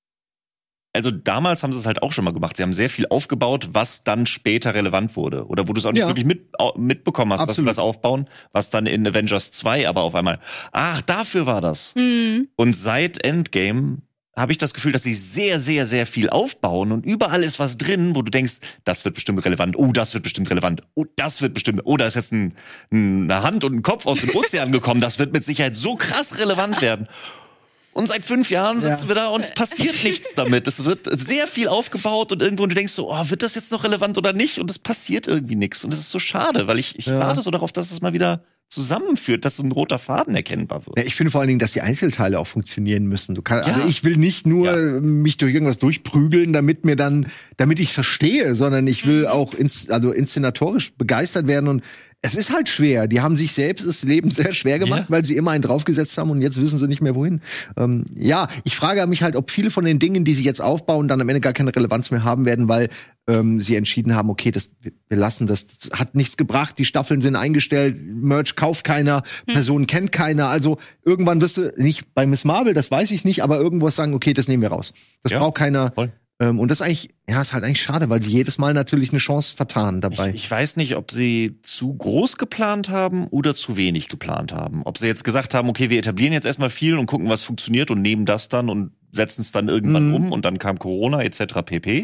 Speaker 3: also damals haben sie es halt auch schon mal gemacht. Sie haben sehr viel aufgebaut, was dann später relevant wurde. Oder wo du es auch nicht
Speaker 1: Ja.
Speaker 3: wirklich mit, au- mitbekommen hast, dass sie
Speaker 1: Absolut.
Speaker 3: was aufbauen, was dann in Avengers zwei aber auf einmal, ach, dafür war das.
Speaker 2: Mhm.
Speaker 3: Und seit Endgame habe ich das Gefühl, dass sie sehr, sehr, sehr viel aufbauen und überall ist was drin, wo du denkst, das wird bestimmt relevant, oh, das wird bestimmt relevant, oh, das wird bestimmt, oh, da ist jetzt ein, eine Hand und ein Kopf aus dem Ozean gekommen, das wird mit Sicherheit so krass relevant werden. Und seit fünf Jahren sitzen
Speaker 1: Ja.
Speaker 3: wir da und es passiert nichts damit. Es wird sehr viel aufgebaut und irgendwo und du denkst so, oh, wird das jetzt noch relevant oder nicht? Und es passiert irgendwie nichts. Und das ist so schade, weil ich, ich
Speaker 1: Ja.
Speaker 3: warte so darauf, dass es mal wieder zusammenführt, dass so ein roter Faden erkennbar wird.
Speaker 1: Ja, ich finde vor allen Dingen, dass die Einzelteile auch funktionieren müssen. Du kannst,
Speaker 3: Ja.
Speaker 1: also ich will nicht nur
Speaker 3: Ja.
Speaker 1: mich durch irgendwas durchprügeln, damit mir dann, damit ich verstehe, sondern ich will auch ins, also inszenatorisch begeistert werden und es ist halt schwer. Die haben sich selbst das Leben sehr schwer gemacht,
Speaker 3: Ja.
Speaker 1: weil sie immer einen draufgesetzt haben und jetzt wissen sie nicht mehr wohin. Ähm, ja, ich frage mich halt, ob viele von den Dingen, die sie jetzt aufbauen, dann am Ende gar keine Relevanz mehr haben werden, weil ähm, sie entschieden haben, okay, das, wir lassen das, das hat nichts gebracht, die Staffeln sind eingestellt, Merch kauft keiner, Personen kennt keiner. Also irgendwann wirst du, nicht bei Miss Marvel, das weiß ich nicht, aber irgendwo sagen, okay, das nehmen wir raus. Das
Speaker 3: Ja,
Speaker 1: braucht keiner.
Speaker 3: voll.
Speaker 1: Ähm, und das ist eigentlich, ja, ist halt eigentlich schade, weil sie jedes Mal natürlich eine Chance vertan dabei.
Speaker 3: Ich, ich weiß nicht, ob sie zu groß geplant haben oder zu wenig geplant haben. Ob sie jetzt gesagt haben, okay, wir etablieren jetzt erstmal viel und gucken, was funktioniert und nehmen das dann und setzen es dann irgendwann
Speaker 1: Mhm.
Speaker 3: um und dann kam Corona et cetera pp.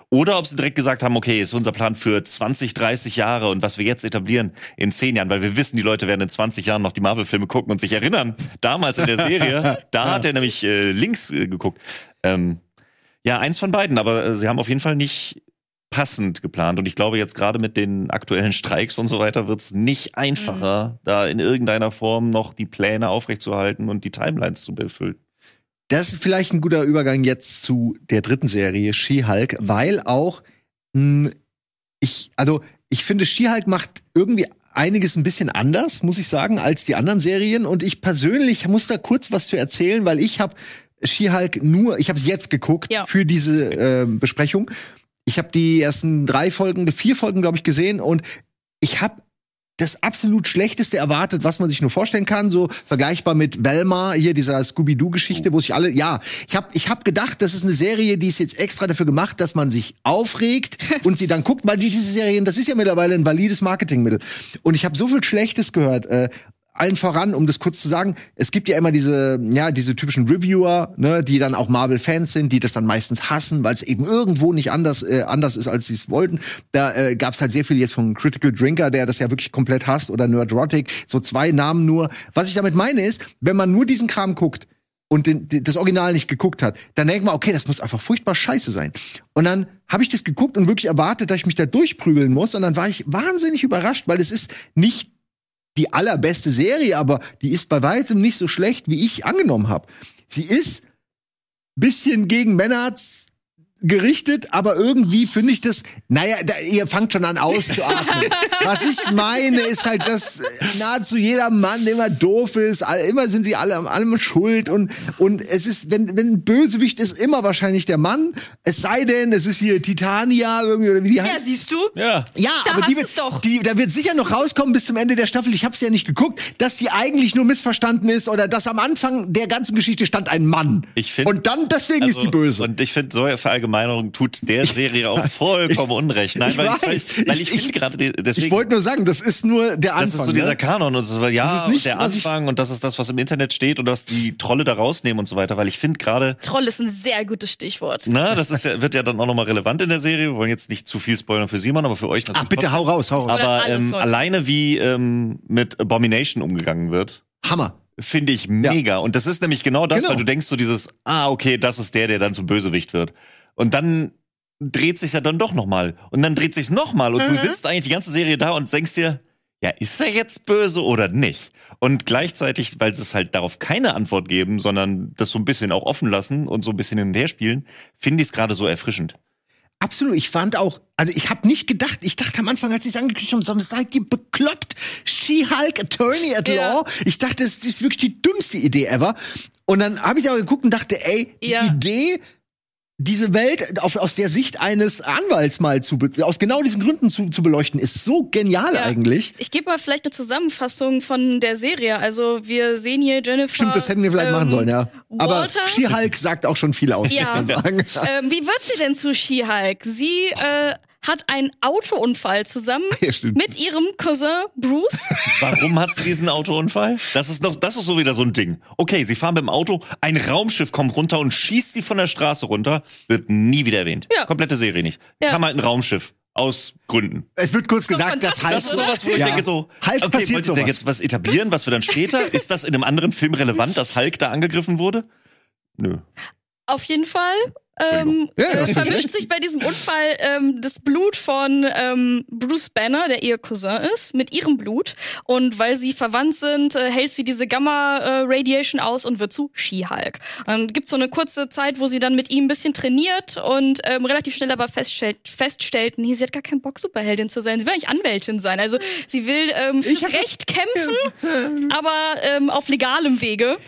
Speaker 3: Oder ob sie direkt gesagt haben, okay, ist unser Plan für zwanzig, dreißig Jahre und was wir jetzt etablieren in zehn Jahren, weil wir wissen, die Leute werden in zwanzig Jahren noch die Marvel-Filme gucken und sich erinnern, damals in der Serie, da hat er nämlich äh, links äh, geguckt. Ähm, ja, eins von beiden, aber äh, sie haben auf jeden Fall nicht passend geplant. Und ich glaube, jetzt gerade mit den aktuellen Streiks und so weiter wird's nicht einfacher, mhm. da in irgendeiner Form noch die Pläne aufrechtzuerhalten und die Timelines zu befüllen.
Speaker 1: Das ist vielleicht ein guter Übergang jetzt zu der dritten Serie, She-Hulk, weil auch mh, ich, also ich finde, She-Hulk macht irgendwie einiges ein bisschen anders, muss ich sagen, als die anderen Serien. Und ich persönlich muss da kurz was zu erzählen, weil ich habe She-Hulk nur, ich habe es jetzt geguckt ja. für diese äh, Besprechung. Ich habe die ersten drei Folgen, vier Folgen, glaube ich, gesehen und ich habe das absolut Schlechteste erwartet, was man sich nur vorstellen kann, so vergleichbar mit Velma, hier dieser Scooby-Doo-Geschichte, wo sich alle, ja, ich habe ich hab gedacht, das ist eine Serie, die ist jetzt extra dafür gemacht, dass man sich aufregt und sie dann guckt, weil diese Serien, das ist ja mittlerweile ein valides Marketingmittel. Und ich habe so viel Schlechtes gehört, äh, allen voran, um das kurz zu sagen, es gibt ja immer diese, ja, diese typischen Reviewer, ne, die dann auch Marvel-Fans sind, die das dann meistens hassen, weil es eben irgendwo nicht anders äh, anders ist, als sie es wollten. Da äh, gab es halt sehr viel jetzt von Critical Drinker, der das ja wirklich komplett hasst, oder Nerdrotic, so zwei Namen nur. Was ich damit meine ist, wenn man nur diesen Kram guckt und den, das Original nicht geguckt hat, dann denkt man, okay, das muss einfach furchtbar scheiße sein. Und dann habe ich das geguckt und wirklich erwartet, dass ich mich da durchprügeln muss. Und dann war ich wahnsinnig überrascht, weil es ist nicht die allerbeste Serie, aber die ist bei weitem nicht so schlecht, wie ich angenommen habe. Sie ist bisschen gegen Männer gerichtet, aber irgendwie finde ich das, naja, da, ihr fangt schon an auszuatmen. Was ich meine, ist halt, dass nahezu jeder Mann immer doof ist, immer sind sie alle an allem schuld und, und es ist, wenn, wenn ein Bösewicht ist, immer wahrscheinlich der Mann, es sei denn, es ist hier Titania irgendwie, oder wie die heißt.
Speaker 2: Ja, siehst du?
Speaker 3: Ja.
Speaker 1: Ja,
Speaker 2: da
Speaker 1: aber die wird,
Speaker 2: doch.
Speaker 1: die, da wird sicher noch rauskommen bis zum Ende der Staffel, ich hab's ja nicht geguckt, dass die eigentlich nur missverstanden ist oder dass am Anfang der ganzen Geschichte stand ein Mann.
Speaker 3: Ich find,
Speaker 1: und dann, deswegen
Speaker 3: also,
Speaker 1: ist die böse.
Speaker 3: Und ich finde, so verallgemeinert Meinung tut der Serie auch vollkommen Unrecht. Nein,
Speaker 1: ich
Speaker 3: weil
Speaker 1: weiß.
Speaker 3: ich, weiß, weil ich, ich finde gerade deswegen.
Speaker 1: Ich wollte nur sagen, das ist nur der Anfang.
Speaker 3: Das ist so dieser
Speaker 1: ne?
Speaker 3: Kanon und so, weil ja,
Speaker 1: das ist nicht,
Speaker 3: der Anfang und das ist das, was im Internet steht und dass die Trolle da rausnehmen und so weiter, weil ich finde gerade.
Speaker 2: Troll ist ein sehr gutes Stichwort.
Speaker 3: Na, das ist ja, wird ja dann auch nochmal relevant in der Serie. Wir wollen jetzt nicht zu viel spoilern für Simon, aber für euch natürlich.
Speaker 1: Ach, bitte hau raus, hau raus.
Speaker 3: Aber ähm, alleine wie ähm, mit Abomination umgegangen wird.
Speaker 1: Hammer.
Speaker 3: Finde ich mega. Ja. Und das ist nämlich genau das,
Speaker 1: genau.
Speaker 3: weil du denkst so dieses, ah, okay, das ist der, der dann zum Bösewicht wird. Und dann dreht sich ja dann doch noch mal und dann dreht sich's noch mal und mhm. du sitzt eigentlich die ganze Serie da und denkst dir, ja, ist er jetzt böse oder nicht? Und gleichzeitig, weil sie es halt darauf keine Antwort geben, sondern das so ein bisschen auch offen lassen und so ein bisschen hin und her spielen, finde ich es gerade so erfrischend.
Speaker 1: Absolut, ich fand auch, also ich habe nicht gedacht, ich dachte am Anfang, als ich es angekündigt habe, seid ihr bekloppt? She-Hulk, Attorney at
Speaker 2: ja.
Speaker 1: Law? Ich dachte, das ist wirklich die dümmste Idee ever. Und dann habe ich aber geguckt und dachte, ey, die
Speaker 2: ja.
Speaker 1: Idee, diese Welt auf, aus der Sicht eines Anwalts mal zu, aus genau diesen Gründen zu, zu beleuchten, ist so genial ja. eigentlich.
Speaker 2: Ich gebe mal vielleicht eine Zusammenfassung von der Serie. Also wir sehen hier Jennifer.
Speaker 1: Stimmt, das hätten wir vielleicht ähm, machen sollen, ja. Aber
Speaker 2: Walter.
Speaker 1: She-Hulk sagt auch schon viel aus.
Speaker 2: Ja. ähm, wie wird sie denn zu She-Hulk? Sie äh, hat einen Autounfall zusammen
Speaker 1: ja,
Speaker 2: mit ihrem Cousin Bruce.
Speaker 3: Warum hat sie diesen Autounfall? Das ist noch, das ist so wieder so ein Ding. Okay, sie fahren mit dem Auto, ein Raumschiff kommt runter und schießt sie von der Straße runter, wird nie wieder erwähnt.
Speaker 2: Ja.
Speaker 3: Komplette Serie nicht.
Speaker 2: Ja.
Speaker 3: Kam halt ein Raumschiff. Aus Gründen.
Speaker 1: Es wird kurz
Speaker 2: das
Speaker 1: gesagt, das heißt
Speaker 3: das ist sowas, wo ich
Speaker 1: ja.
Speaker 3: denke so,
Speaker 1: Hulk
Speaker 3: okay,
Speaker 1: passiert
Speaker 3: wollt ihr
Speaker 1: sowas.
Speaker 3: jetzt was etablieren, was wir dann später, ist das in einem anderen Film relevant, dass Hulk da angegriffen wurde? Nö.
Speaker 2: Auf jeden Fall ähm,
Speaker 1: ja,
Speaker 2: äh, vermischt sich bei diesem Unfall ähm, das Blut von ähm, Bruce Banner, der ihr Cousin ist, mit ihrem Blut. Und weil sie verwandt sind, äh, hält sie diese Gamma-Radiation aus und wird zu She-Hulk. Dann gibt's so eine kurze Zeit, wo sie dann mit ihm ein bisschen trainiert und ähm, relativ schnell aber feststellt, feststellt, nee, sie hat gar keinen Bock, Superheldin zu sein. Sie will eigentlich Anwältin sein. Also sie will ähm, fürs Recht kämpfen, aber ähm, auf legalem Wege.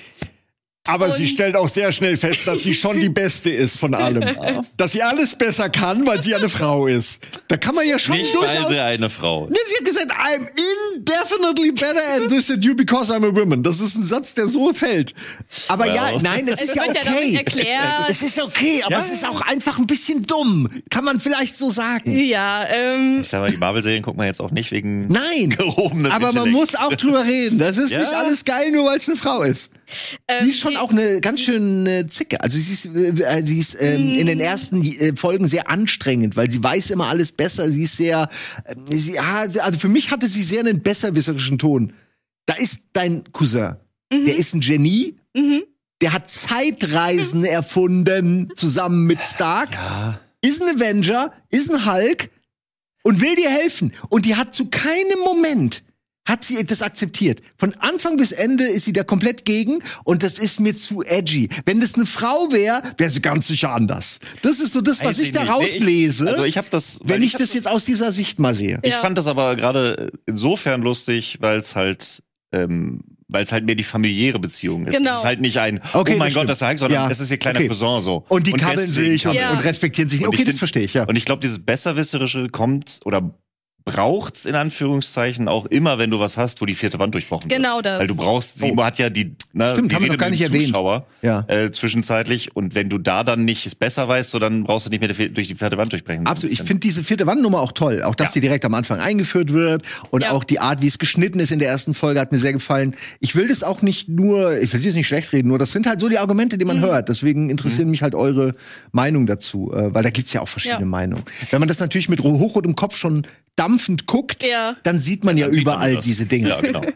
Speaker 4: Aber
Speaker 2: Und
Speaker 4: sie stellt auch sehr schnell fest, dass sie schon die Beste ist von allem. Dass sie alles besser kann, weil sie eine Frau ist. Da kann man ja schon
Speaker 3: Nicht,
Speaker 4: durchaus...
Speaker 3: weil sie eine Frau.
Speaker 4: Nee, sie hat gesagt, I'm indefinitely better at this than you because I'm a woman. Das ist ein Satz, der so fällt.
Speaker 1: Aber
Speaker 3: Well.
Speaker 1: ja, nein, es ist
Speaker 2: Es
Speaker 1: ja
Speaker 2: wird ja damit
Speaker 1: okay.
Speaker 2: erklärt.
Speaker 1: Es ist okay, aber
Speaker 3: Ja.
Speaker 1: es ist auch einfach ein bisschen dumm. Kann man vielleicht so sagen.
Speaker 2: Ja, ähm,
Speaker 3: Ich sag mal, die Marvel-Serien guckt man jetzt auch nicht wegen
Speaker 1: Nein,
Speaker 3: gehobenem
Speaker 1: aber man
Speaker 3: Intellekt.
Speaker 1: muss auch drüber reden. Das ist
Speaker 3: Ja.
Speaker 1: nicht alles geil, nur weil es eine Frau ist.
Speaker 2: ähm,
Speaker 1: Die ist schon auch eine ganz schöne Zicke. Also sie ist, äh, sie ist ähm, in den ersten äh, Folgen sehr anstrengend, weil sie weiß immer alles besser. Sie ist sehr, äh, sie, ja, also für mich hatte sie sehr einen besserwisserischen Ton. Da ist dein Cousin, mhm. der ist ein Genie, mhm. der hat Zeitreisen erfunden, zusammen mit Stark,
Speaker 3: Ja.
Speaker 1: ist ein Avenger, ist ein Hulk und will dir helfen. Und die hat zu keinem Moment hat sie das akzeptiert. Von Anfang bis Ende ist sie da komplett gegen und das ist mir zu edgy. Wenn das eine Frau wäre, wäre sie ganz sicher anders. Das ist so das, was
Speaker 3: Weiß
Speaker 1: ich
Speaker 3: ich
Speaker 1: da
Speaker 3: nicht. Nee, ich-
Speaker 1: rauslese,
Speaker 3: Also ich habe das, weil
Speaker 1: wenn ich
Speaker 3: hab
Speaker 1: das jetzt aus dieser Sicht mal sehe.
Speaker 3: Ich
Speaker 2: Ja.
Speaker 3: fand das aber gerade insofern lustig, weil es halt, ähm, weil es halt mehr die familiäre Beziehung ist.
Speaker 2: Genau.
Speaker 3: Es ist halt nicht ein,
Speaker 1: Okay,
Speaker 3: oh mein
Speaker 1: das
Speaker 3: Gott,
Speaker 1: stimmt.
Speaker 3: das ist Hulk, sondern
Speaker 1: Ja.
Speaker 3: es ist ihr kleiner
Speaker 1: Okay.
Speaker 3: Cousin so.
Speaker 1: Und die kabbeln
Speaker 3: deswegen
Speaker 1: sich und,
Speaker 3: kann-
Speaker 2: Ja.
Speaker 1: und respektieren sich.
Speaker 3: Und
Speaker 1: Okay,
Speaker 3: ich
Speaker 1: das
Speaker 3: find-
Speaker 1: verstehe ich, ja.
Speaker 3: Und ich glaube, dieses Besserwisserische kommt oder braucht's in Anführungszeichen auch immer, wenn du was hast, wo die vierte Wand durchbrochen
Speaker 2: Genau
Speaker 3: wird.
Speaker 2: das.
Speaker 3: Weil du brauchst, sie
Speaker 1: Oh.
Speaker 3: hat ja die, ne,
Speaker 1: Stimmt,
Speaker 3: sie
Speaker 1: haben wir noch
Speaker 3: redet
Speaker 1: gar
Speaker 3: mit
Speaker 1: nicht
Speaker 3: dem
Speaker 1: erwähnt.
Speaker 3: Zuschauer
Speaker 1: Ja.
Speaker 3: äh, zwischenzeitlich und wenn du da dann nicht es besser weißt, so dann brauchst du nicht mehr die- durch die vierte Wand durchbrechen.
Speaker 1: Absolut. Ich finde diese vierte Wandnummer auch toll. Auch, dass
Speaker 3: Ja.
Speaker 1: die direkt am Anfang eingeführt wird. Und
Speaker 2: Ja.
Speaker 1: auch die Art, wie es geschnitten ist in der ersten Folge, hat mir sehr gefallen. Ich will das auch nicht nur, ich will sie jetzt nicht schlecht reden, nur das sind halt so die Argumente, die man
Speaker 2: Mhm.
Speaker 1: hört. Deswegen interessieren mich halt eure Meinung dazu. Äh, weil da gibt's ja auch verschiedene
Speaker 2: Ja.
Speaker 1: Meinungen. Wenn man das natürlich mit hochrotem Kopf schon dampfend guckt,
Speaker 2: Ja.
Speaker 1: dann sieht man ja
Speaker 3: Dann sieht man
Speaker 1: überall
Speaker 3: das.
Speaker 1: diese Dinge.
Speaker 3: Ja, genau.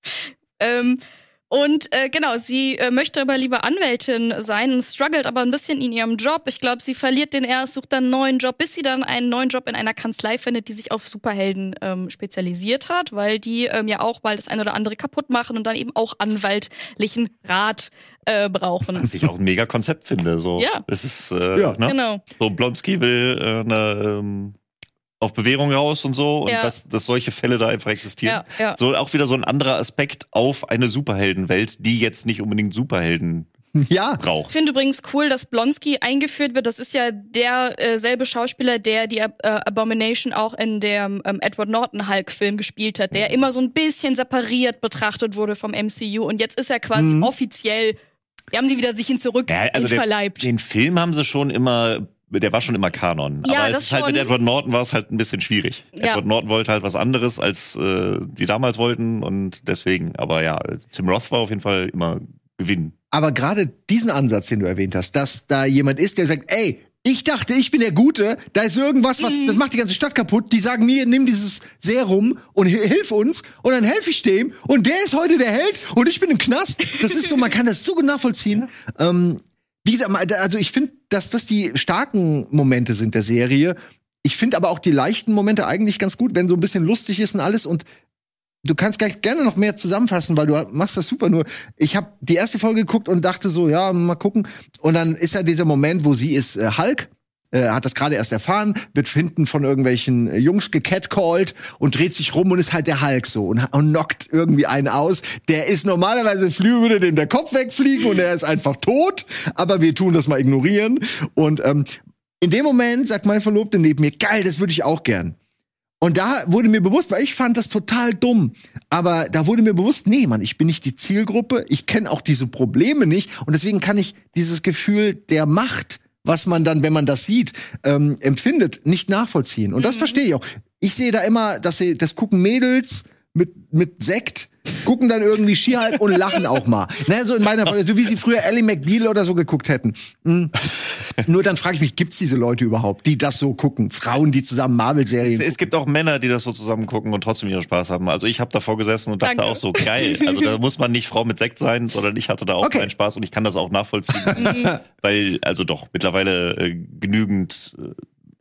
Speaker 2: Ähm, und äh, genau, sie äh, möchte aber lieber Anwältin sein und struggelt aber ein bisschen in ihrem Job. Ich glaube, sie verliert den erst, sucht dann einen neuen Job, bis sie dann einen neuen Job in einer Kanzlei findet, die sich auf Superhelden ähm, spezialisiert hat, weil die ähm, ja auch bald das eine oder andere kaputt machen und dann eben auch anwaltlichen Rat äh, brauchen.
Speaker 3: Was ich auch ein mega Konzept finde. So.
Speaker 2: Ja.
Speaker 3: Das ist, äh,
Speaker 1: Ja.
Speaker 3: ne?
Speaker 2: Genau.
Speaker 3: So Blonsky will äh, eine, ähm, auf Bewährung raus und so und
Speaker 2: Ja.
Speaker 3: dass, dass solche Fälle da einfach existieren.
Speaker 2: Ja, ja.
Speaker 3: So auch wieder so ein anderer Aspekt auf eine Superheldenwelt, die jetzt nicht unbedingt Superhelden
Speaker 1: Ja.
Speaker 2: Ich
Speaker 3: braucht.
Speaker 2: finde übrigens cool, dass Blonsky eingeführt wird. Das ist ja der äh, selbe Schauspieler, der die äh, Abomination auch in dem ähm, Edward Norton Hulk-Film gespielt hat, der immer so ein bisschen separiert betrachtet wurde vom M C U. Und jetzt ist er quasi
Speaker 1: Mhm.
Speaker 2: offiziell, wir haben sie wieder sich hin zurück
Speaker 3: Ja, also der,
Speaker 2: verleibt.
Speaker 3: den Film haben sie schon immer, der war schon immer Kanon.
Speaker 2: Ja,
Speaker 3: Aber es
Speaker 2: das
Speaker 3: ist halt
Speaker 2: schon.
Speaker 3: mit Edward Norton war es halt ein bisschen schwierig.
Speaker 2: Ja.
Speaker 3: Edward Norton wollte halt was anderes, als äh, die damals wollten und deswegen. Aber ja, Tim Roth war auf jeden Fall immer gewinnen.
Speaker 1: Aber gerade diesen Ansatz, den du erwähnt hast, dass da jemand ist, der sagt, ey, ich dachte, ich bin der Gute, da ist irgendwas, was, das macht die ganze Stadt kaputt. Die sagen mir, nimm dieses Serum und hi- hilf uns. Und dann helfe ich dem. Und der ist heute der Held und ich bin im Knast. Das ist so, man kann das so gut nachvollziehen. Ähm, wie gesagt, mal- also ich finde, dass das die starken Momente sind der Serie. Ich finde aber auch die leichten Momente eigentlich ganz gut, wenn so ein bisschen lustig ist und alles. Und du kannst gleich gerne noch mehr zusammenfassen, weil du machst das super. Nur ich habe die erste Folge geguckt und dachte so, ja, mal gucken. Und dann ist ja dieser Moment, wo sie ist äh, Hulk, äh, hat das gerade erst erfahren, wird hinten von irgendwelchen äh, Jungs gecatcalled und dreht sich rum und ist halt der Hulk so und, und knockt irgendwie einen aus. Der ist normalerweise flüge, würde dem der Kopf wegfliegen und er ist einfach tot. Aber wir tun das mal ignorieren. Und ähm, in dem Moment sagt mein Verlobter neben mir, geil, das würde ich auch gern. Und da wurde mir bewusst, weil ich fand das total dumm, aber da wurde mir bewusst, nee, Mann, ich bin nicht die Zielgruppe, ich kenne auch diese Probleme nicht und deswegen kann ich dieses Gefühl der Macht, was man dann, wenn man das sieht, ähm, empfindet, nicht nachvollziehen. Und das verstehe ich auch. Ich sehe da immer, dass sie, das gucken Mädels mit mit Sekt, gucken dann irgendwie She-Hulk und lachen auch mal. Ne, so in meiner Folge, so wie sie früher Ally McBeal oder so geguckt hätten. Mhm. Nur dann frage ich mich, gibt's diese Leute überhaupt, die das so gucken? Frauen, die zusammen Marvel-Serien
Speaker 3: Es, es gibt auch Männer, die das so zusammen gucken und trotzdem ihre Spaß haben. Also ich habe davor gesessen und dachte
Speaker 2: Danke.
Speaker 3: auch so, geil. Also da muss man nicht Frau mit Sekt sein, sondern ich hatte da auch
Speaker 1: Okay.
Speaker 3: meinen Spaß und ich kann das auch nachvollziehen. Weil, also doch, mittlerweile äh, genügend äh,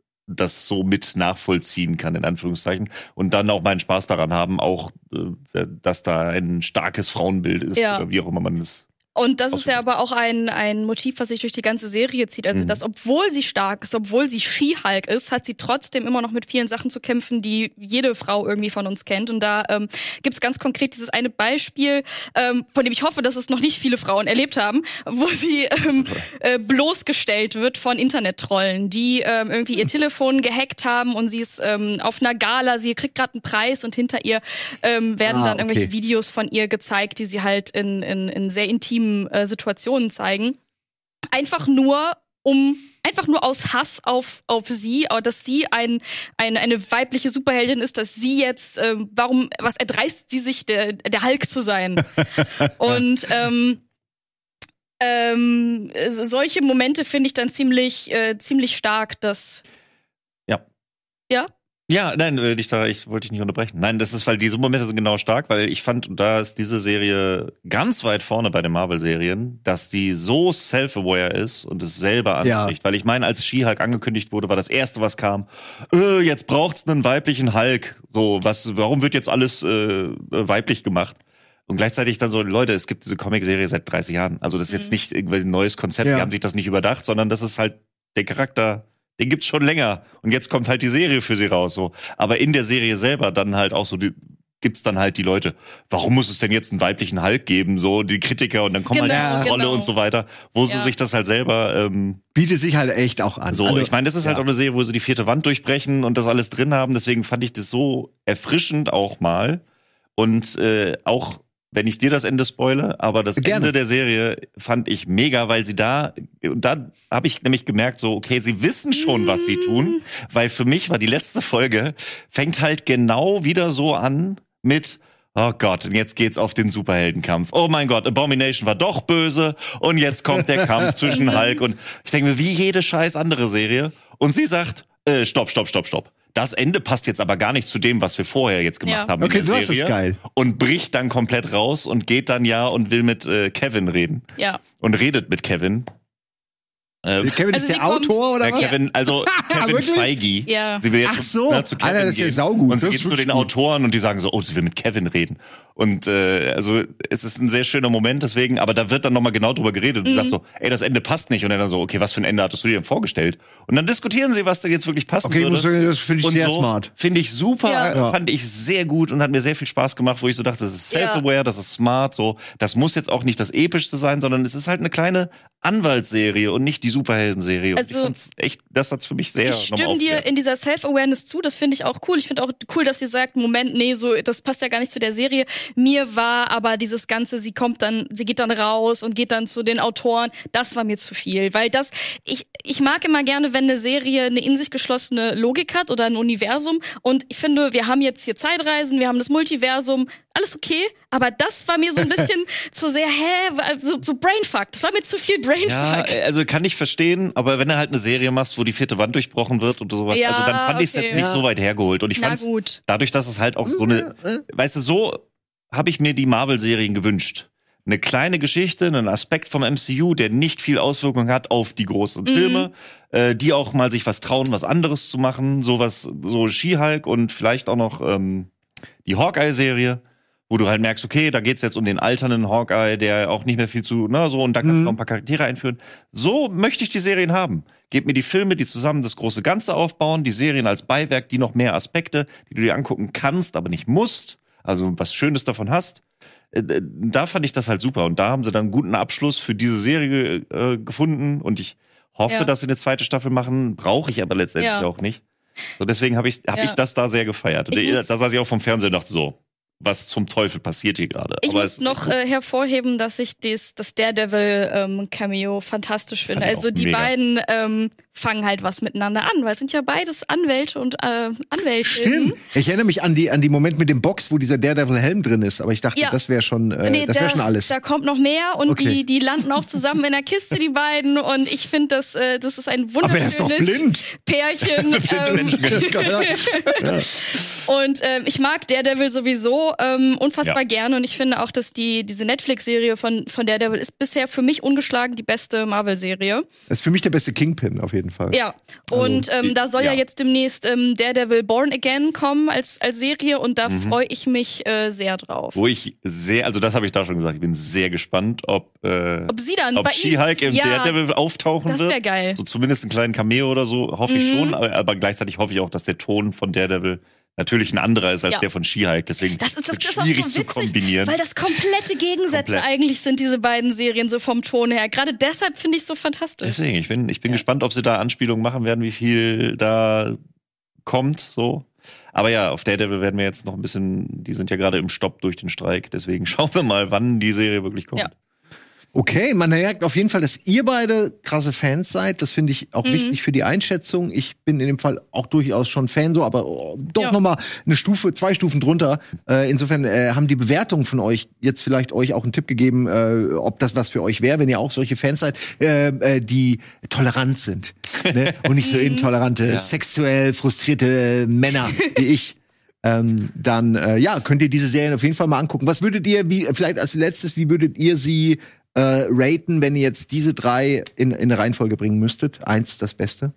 Speaker 3: das so mit nachvollziehen kann, in Anführungszeichen. Und dann auch meinen Spaß daran haben, auch, äh, dass da ein starkes Frauenbild ist
Speaker 2: Ja.
Speaker 3: oder wie auch immer man es.
Speaker 2: Und das ist
Speaker 3: Ausführlich.
Speaker 2: ja aber auch ein, ein Motiv, was sich durch die ganze Serie zieht. Also,
Speaker 3: Mhm.
Speaker 2: dass obwohl sie stark ist, obwohl sie She-Hulk ist, hat sie trotzdem immer noch mit vielen Sachen zu kämpfen, die jede Frau irgendwie von uns kennt. Und da ähm, gibt es ganz konkret dieses eine Beispiel, ähm, von dem ich hoffe, dass es noch nicht viele Frauen erlebt haben, wo sie ähm, äh, bloßgestellt wird von Internet-Trollen, die ähm, irgendwie ihr Telefon gehackt haben und sie ist ähm, auf einer Gala, sie kriegt gerade einen Preis und hinter ihr ähm, werden
Speaker 1: Ah,
Speaker 2: dann irgendwelche
Speaker 1: okay.
Speaker 2: Videos von ihr gezeigt, die sie halt in, in, in sehr intimen äh, Situationen zeigen. Einfach nur, um einfach nur aus Hass auf, auf sie, aber dass sie ein, ein, eine weibliche Superheldin ist, dass sie jetzt, ähm, warum, was erdreist sie sich, der, der Hulk zu sein? Und ähm, ähm, solche Momente finde ich dann ziemlich, äh, ziemlich stark, dass.
Speaker 3: Ja.
Speaker 2: Ja?
Speaker 3: Ja, nein, äh, ich, da, ich wollte dich nicht unterbrechen. Nein, das ist, weil diese Momente sind genau stark, weil ich fand, da ist diese Serie ganz weit vorne bei den Marvel-Serien, dass die so self-aware ist und es selber anspricht. Ja. Weil ich meine, als She-Hulk angekündigt wurde, war das Erste, was kam, äh, jetzt braucht's einen weiblichen Hulk. So, was, warum wird jetzt alles äh, weiblich gemacht? Und gleichzeitig dann so, Leute, es gibt diese Comic-Serie seit dreißig Jahren. Also das ist jetzt mhm. nicht irgendwie ein neues Konzept, ja. Die haben sich das nicht überdacht, sondern das ist halt der Charakter, den gibt's schon länger. Und jetzt kommt halt die Serie für sie raus, so. Aber in der Serie selber dann halt auch so, die, gibt's dann halt die Leute, warum muss es denn jetzt einen weiblichen Hulk geben? So, die Kritiker und dann kommen genau, halt die Rolle genau. und so weiter, wo ja. sie sich das halt selber, ähm,
Speaker 1: bietet sich halt echt auch an.
Speaker 3: So, also, ich meine, das ist ja. halt auch eine Serie, wo sie die vierte Wand durchbrechen und das alles drin haben. Deswegen fand ich das so erfrischend auch mal. Und, äh, auch, wenn ich dir das Ende spoile, aber das Gerne. Ende der Serie fand ich mega, weil sie da, und da habe ich nämlich gemerkt, so, okay, sie wissen schon, was sie tun, weil für mich war die letzte Folge, fängt halt genau wieder so an mit, oh Gott, und jetzt geht's auf den Superheldenkampf. Oh mein Gott, Abomination war doch böse und jetzt kommt der Kampf zwischen Hulk und ich denke mir, wie jede scheiß andere Serie. Und sie sagt, äh, stopp, stopp, stopp, stopp. Das Ende passt jetzt aber gar nicht zu dem, was wir vorher jetzt gemacht ja. haben.
Speaker 1: Okay,
Speaker 3: in
Speaker 1: so
Speaker 3: der
Speaker 1: ist
Speaker 3: Serie.
Speaker 1: das geil.
Speaker 3: Und bricht dann komplett raus und geht dann ja und will mit äh, Kevin reden.
Speaker 2: Ja.
Speaker 3: Und redet mit Kevin.
Speaker 1: Ähm, Kevin also ist der Autor, oder was?
Speaker 3: Kevin, also Kevin Feige.
Speaker 2: Ja.
Speaker 3: Sie will jetzt
Speaker 1: Ach so,
Speaker 3: na, zu Kevin
Speaker 1: Alter, das ist ja
Speaker 3: gehen.
Speaker 1: saugut.
Speaker 3: Und sie
Speaker 1: das
Speaker 3: geht zu den Autoren und die sagen so, oh, sie will mit Kevin reden. Und äh, also es ist ein sehr schöner Moment deswegen, aber da wird dann nochmal genau drüber geredet und mhm. sagt so, ey, das Ende passt nicht. Und er dann so, okay, was für ein Ende hattest du dir denn vorgestellt? Und dann diskutieren sie, was denn jetzt wirklich passen
Speaker 1: okay,
Speaker 3: würde.
Speaker 1: Okay, das finde ich
Speaker 3: und
Speaker 1: sehr
Speaker 3: so,
Speaker 1: smart.
Speaker 3: Finde ich super,
Speaker 2: ja.
Speaker 3: fand ich sehr gut und hat mir sehr viel Spaß gemacht, wo ich so dachte, das ist self-aware, ja. das ist smart, so. Das muss jetzt auch nicht das Epischste sein, sondern es ist halt eine kleine Anwaltsserie und nicht die Superheldenserie.
Speaker 2: Also,
Speaker 3: und ich fand's echt, das hat's für mich sehr
Speaker 2: Ich stimme dir in dieser Self-Awareness zu, das finde ich auch cool. Ich finde auch cool, dass sie sagt, Moment, nee, so, das passt ja gar nicht zu der Serie. Mir war aber dieses Ganze, sie kommt dann, sie geht dann raus und geht dann zu den Autoren, das war mir zu viel. Weil das, ich, ich mag immer gerne, wenn eine Serie eine in sich geschlossene Logik hat oder ein Universum. Und ich finde, wir haben jetzt hier Zeitreisen, wir haben das Multiversum, alles okay, aber das war mir so ein bisschen zu sehr, hä, so, so Brainfuck. Das war mir zu viel Brainfuck.
Speaker 3: Ja, also kann ich verstehen, aber wenn du halt eine Serie machst, wo die vierte Wand durchbrochen wird und sowas,
Speaker 2: ja,
Speaker 3: also dann fand ich es
Speaker 2: okay.
Speaker 3: jetzt nicht
Speaker 1: ja.
Speaker 3: so weit hergeholt. Und ich fand dadurch, dass es halt auch so eine, weißt du, so habe ich mir die Marvel-Serien gewünscht. Eine kleine Geschichte, einen Aspekt vom M C U, der nicht viel Auswirkung hat auf die großen mhm. Filme, äh, die auch mal sich was trauen, was anderes zu machen, sowas, so She-Hulk und vielleicht auch noch ähm, die Hawkeye-Serie, wo du halt merkst, okay, da geht's jetzt um den alternden Hawkeye, der auch nicht mehr viel zu, ne, so, und da kannst mhm. du noch ein paar Charaktere einführen. So möchte ich die Serien haben. Gebt mir die Filme, die zusammen das große Ganze aufbauen, die Serien als Beiwerk, die noch mehr Aspekte, die du dir angucken kannst, aber nicht musst, also was Schönes davon hast. Da fand ich das halt super und da haben sie dann einen guten Abschluss für diese Serie äh, gefunden und ich hoffe, ja. dass sie eine zweite Staffel machen, brauche ich aber letztendlich ja. auch nicht. So, deswegen habe ich, hab ja. ich das da sehr gefeiert. Ich da saß ich auch vom Fernseher und dachte so, was zum Teufel passiert hier gerade?
Speaker 2: Ich Aber muss noch äh, hervorheben, dass ich des, das Daredevil-Cameo ähm, fantastisch finde. Also die mega. beiden ähm, fangen halt was miteinander an, weil es sind ja beides Anwälte und äh, Anwältinnen.
Speaker 1: Stimmt. Ich erinnere mich an die an die Moment mit dem Box, wo dieser Daredevil-Helm drin ist. Aber ich dachte,
Speaker 2: ja.
Speaker 1: das wäre schon, äh,
Speaker 2: nee,
Speaker 1: das wäre schon alles.
Speaker 2: Da kommt noch mehr und
Speaker 1: okay.
Speaker 2: die die landen auch zusammen in der Kiste, die beiden. Und ich finde, das äh, das ist ein wunderschönes
Speaker 1: Aber er ist doch blind.
Speaker 2: Pärchen. ähm,
Speaker 1: ja.
Speaker 2: Und ähm, ich mag Daredevil sowieso ähm, unfassbar
Speaker 3: ja.
Speaker 2: gerne und ich finde auch, dass die diese Netflix-Serie von von Daredevil ist bisher für mich ungeschlagen die beste Marvel-Serie.
Speaker 1: Das ist für mich der beste Kingpin auf jeden Fall.
Speaker 2: Ja, und also, ähm, da soll ja. ja jetzt demnächst ähm, Daredevil Born Again kommen als als Serie und da mhm. freue ich mich äh, sehr drauf.
Speaker 3: Wo ich sehr, also das habe ich da schon gesagt, ich bin sehr gespannt, ob äh,
Speaker 2: ob sie dann
Speaker 3: ob
Speaker 2: bei
Speaker 3: She-Hulk im
Speaker 2: ja,
Speaker 3: Daredevil auftauchen
Speaker 2: das
Speaker 3: wird.
Speaker 2: Das wäre geil.
Speaker 3: So zumindest einen kleinen Cameo oder so, hoffe ich
Speaker 2: mhm.
Speaker 3: schon, aber, aber gleichzeitig hoffe ich auch, dass der Ton von Daredevil natürlich ein anderer ist als
Speaker 2: ja.
Speaker 3: der von She-Hulk, deswegen
Speaker 2: das ist, das
Speaker 3: wird
Speaker 2: ist
Speaker 3: schwierig
Speaker 2: auch so
Speaker 3: zu kombinieren.
Speaker 2: Weil das komplette Gegensätze
Speaker 3: Komplett.
Speaker 2: eigentlich sind, diese beiden Serien, so vom Ton her. Gerade deshalb finde ich es so fantastisch.
Speaker 3: Deswegen, ich bin, ich bin
Speaker 2: ja.
Speaker 3: gespannt, ob sie da Anspielungen machen werden, wie viel da kommt, so. Aber ja, auf Daredevil werden wir jetzt noch ein bisschen, die sind ja gerade im Stopp durch den Streik, deswegen schauen wir mal, wann die Serie wirklich kommt.
Speaker 2: Ja.
Speaker 1: Okay, man merkt auf jeden Fall, dass ihr beide krasse Fans seid. Das finde ich auch
Speaker 2: Mhm.
Speaker 1: wichtig für die Einschätzung. Ich bin in dem Fall auch durchaus schon Fan, so, aber oh, doch
Speaker 2: Ja.
Speaker 1: noch mal eine Stufe, zwei Stufen drunter. Äh, insofern äh, haben die Bewertungen von euch jetzt vielleicht euch auch einen Tipp gegeben, äh, ob das was für euch wäre, wenn ihr auch solche Fans seid, äh, äh, die tolerant sind, ne? Und nicht so intolerante,
Speaker 3: Ja.
Speaker 1: sexuell frustrierte Männer wie ich. Ähm, dann äh, ja, könnt ihr diese Serien auf jeden Fall mal angucken. Was würdet ihr, wie vielleicht als letztes, wie würdet ihr sie äh, raten, wenn ihr jetzt diese drei in, in eine Reihenfolge bringen müsstet? Eins das Beste.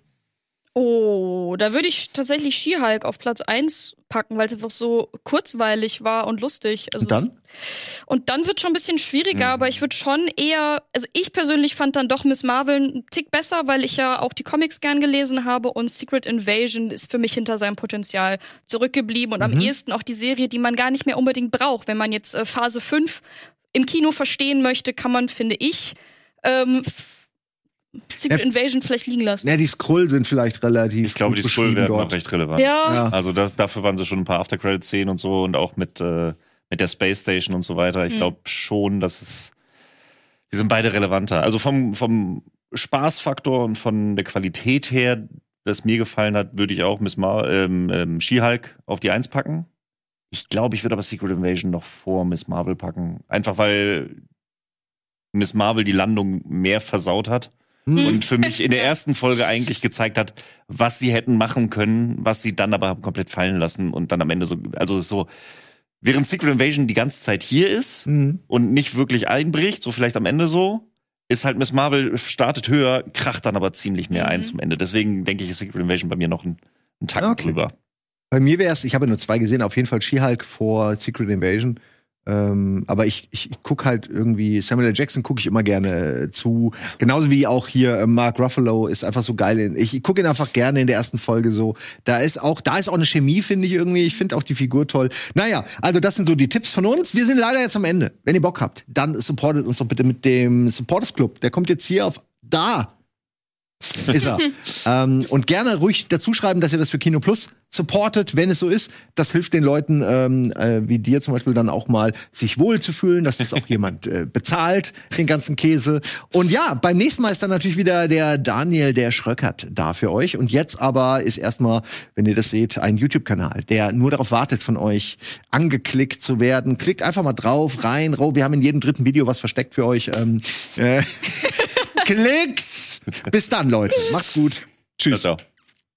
Speaker 2: Oh, da würde ich tatsächlich She-Hulk auf Platz eins packen, weil es einfach so kurzweilig war und lustig. Also
Speaker 1: Und dann?
Speaker 2: Es, und dann wird schon ein bisschen schwieriger,
Speaker 3: Mhm.
Speaker 2: aber ich würde schon eher, also ich persönlich fand dann doch Miss Marvel einen Tick besser, weil ich ja auch die Comics gern gelesen habe und Secret Invasion ist für mich hinter seinem Potenzial zurückgeblieben und am
Speaker 1: Mhm.
Speaker 2: ehesten auch die Serie, die man gar nicht mehr unbedingt braucht. Wenn man jetzt äh, Phase fünf im Kino verstehen möchte, kann man, finde ich, ähm, f- Secret
Speaker 1: Ja.
Speaker 2: Invasion vielleicht liegen lassen.
Speaker 1: Ja, die Skrull sind vielleicht relativ
Speaker 3: Ich glaube,
Speaker 1: gut
Speaker 3: die Skrull
Speaker 1: beschrieben
Speaker 3: werden
Speaker 1: dort.
Speaker 3: noch recht relevant.
Speaker 2: Ja.
Speaker 1: Ja.
Speaker 3: Also das, dafür waren sie schon ein paar After-Credit-Szenen und so und auch mit, äh, mit der Space Station und so weiter. Ich
Speaker 2: Mhm.
Speaker 3: glaube schon, dass es. Die sind beide relevanter. Also vom, vom Spaßfaktor und von der Qualität her, das mir gefallen hat, würde ich auch Miss Mar ähm, ähm, She-Hulk auf die Eins packen. Ich glaube, ich würde aber Secret Invasion noch vor Miss Marvel packen. Einfach weil Miss Marvel die Landung mehr versaut hat.
Speaker 1: Hm.
Speaker 3: Und für mich in der ersten Folge eigentlich gezeigt hat, was sie hätten machen können, was sie dann aber haben komplett fallen lassen und dann am Ende so, also so, während Secret Invasion die ganze Zeit hier ist
Speaker 1: Mhm.
Speaker 3: und nicht wirklich einbricht, so vielleicht am Ende so, ist halt Miss Marvel startet höher, kracht dann aber ziemlich mehr
Speaker 2: Mhm.
Speaker 3: ein zum Ende. Deswegen denke ich, ist Secret Invasion bei mir noch ein, ein Tacken
Speaker 1: Okay.
Speaker 3: drüber.
Speaker 1: Bei mir wäre es, ich habe ja nur zwei gesehen, auf jeden Fall She-Hulk vor Secret Invasion. Ähm, aber ich, ich, ich gucke halt irgendwie, Samuel L. Jackson gucke ich immer gerne äh, zu. Genauso wie auch hier äh, Mark Ruffalo ist einfach so geil. In, ich gucke ihn einfach gerne in der ersten Folge so. Da ist auch, da ist auch eine Chemie, finde ich irgendwie. Ich finde auch die Figur toll. Naja, also das sind so die Tipps von uns. Wir sind leider jetzt am Ende. Wenn ihr Bock habt, dann supportet uns doch bitte mit dem Supporters Club. Der kommt jetzt hier auf da. Ist er. ähm, und gerne ruhig dazu schreiben, dass ihr das für Kino Plus supportet, wenn es so ist. Das hilft den Leuten ähm, äh, wie dir zum Beispiel dann auch mal, sich wohlzufühlen, dass das auch jemand äh, bezahlt, den ganzen Käse. Und ja, beim nächsten Mal ist dann natürlich wieder der Daniel, der Schröckert, da für euch. Und jetzt aber ist erstmal, wenn ihr das seht, ein YouTube-Kanal, der nur darauf wartet, von euch angeklickt zu werden. Klickt einfach mal drauf, rein, rauf. Wir haben in jedem dritten Video was versteckt für euch. Ähm, äh, klickt! Bis dann, Leute. Macht's gut. Tschüss.
Speaker 3: Ciao, ciao.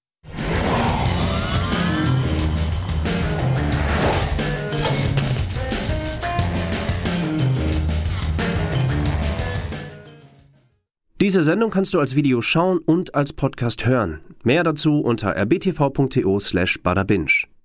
Speaker 5: Diese Sendung kannst du als Video schauen und als Podcast hören. Mehr dazu unter r b t v punkt t o slash bada binge.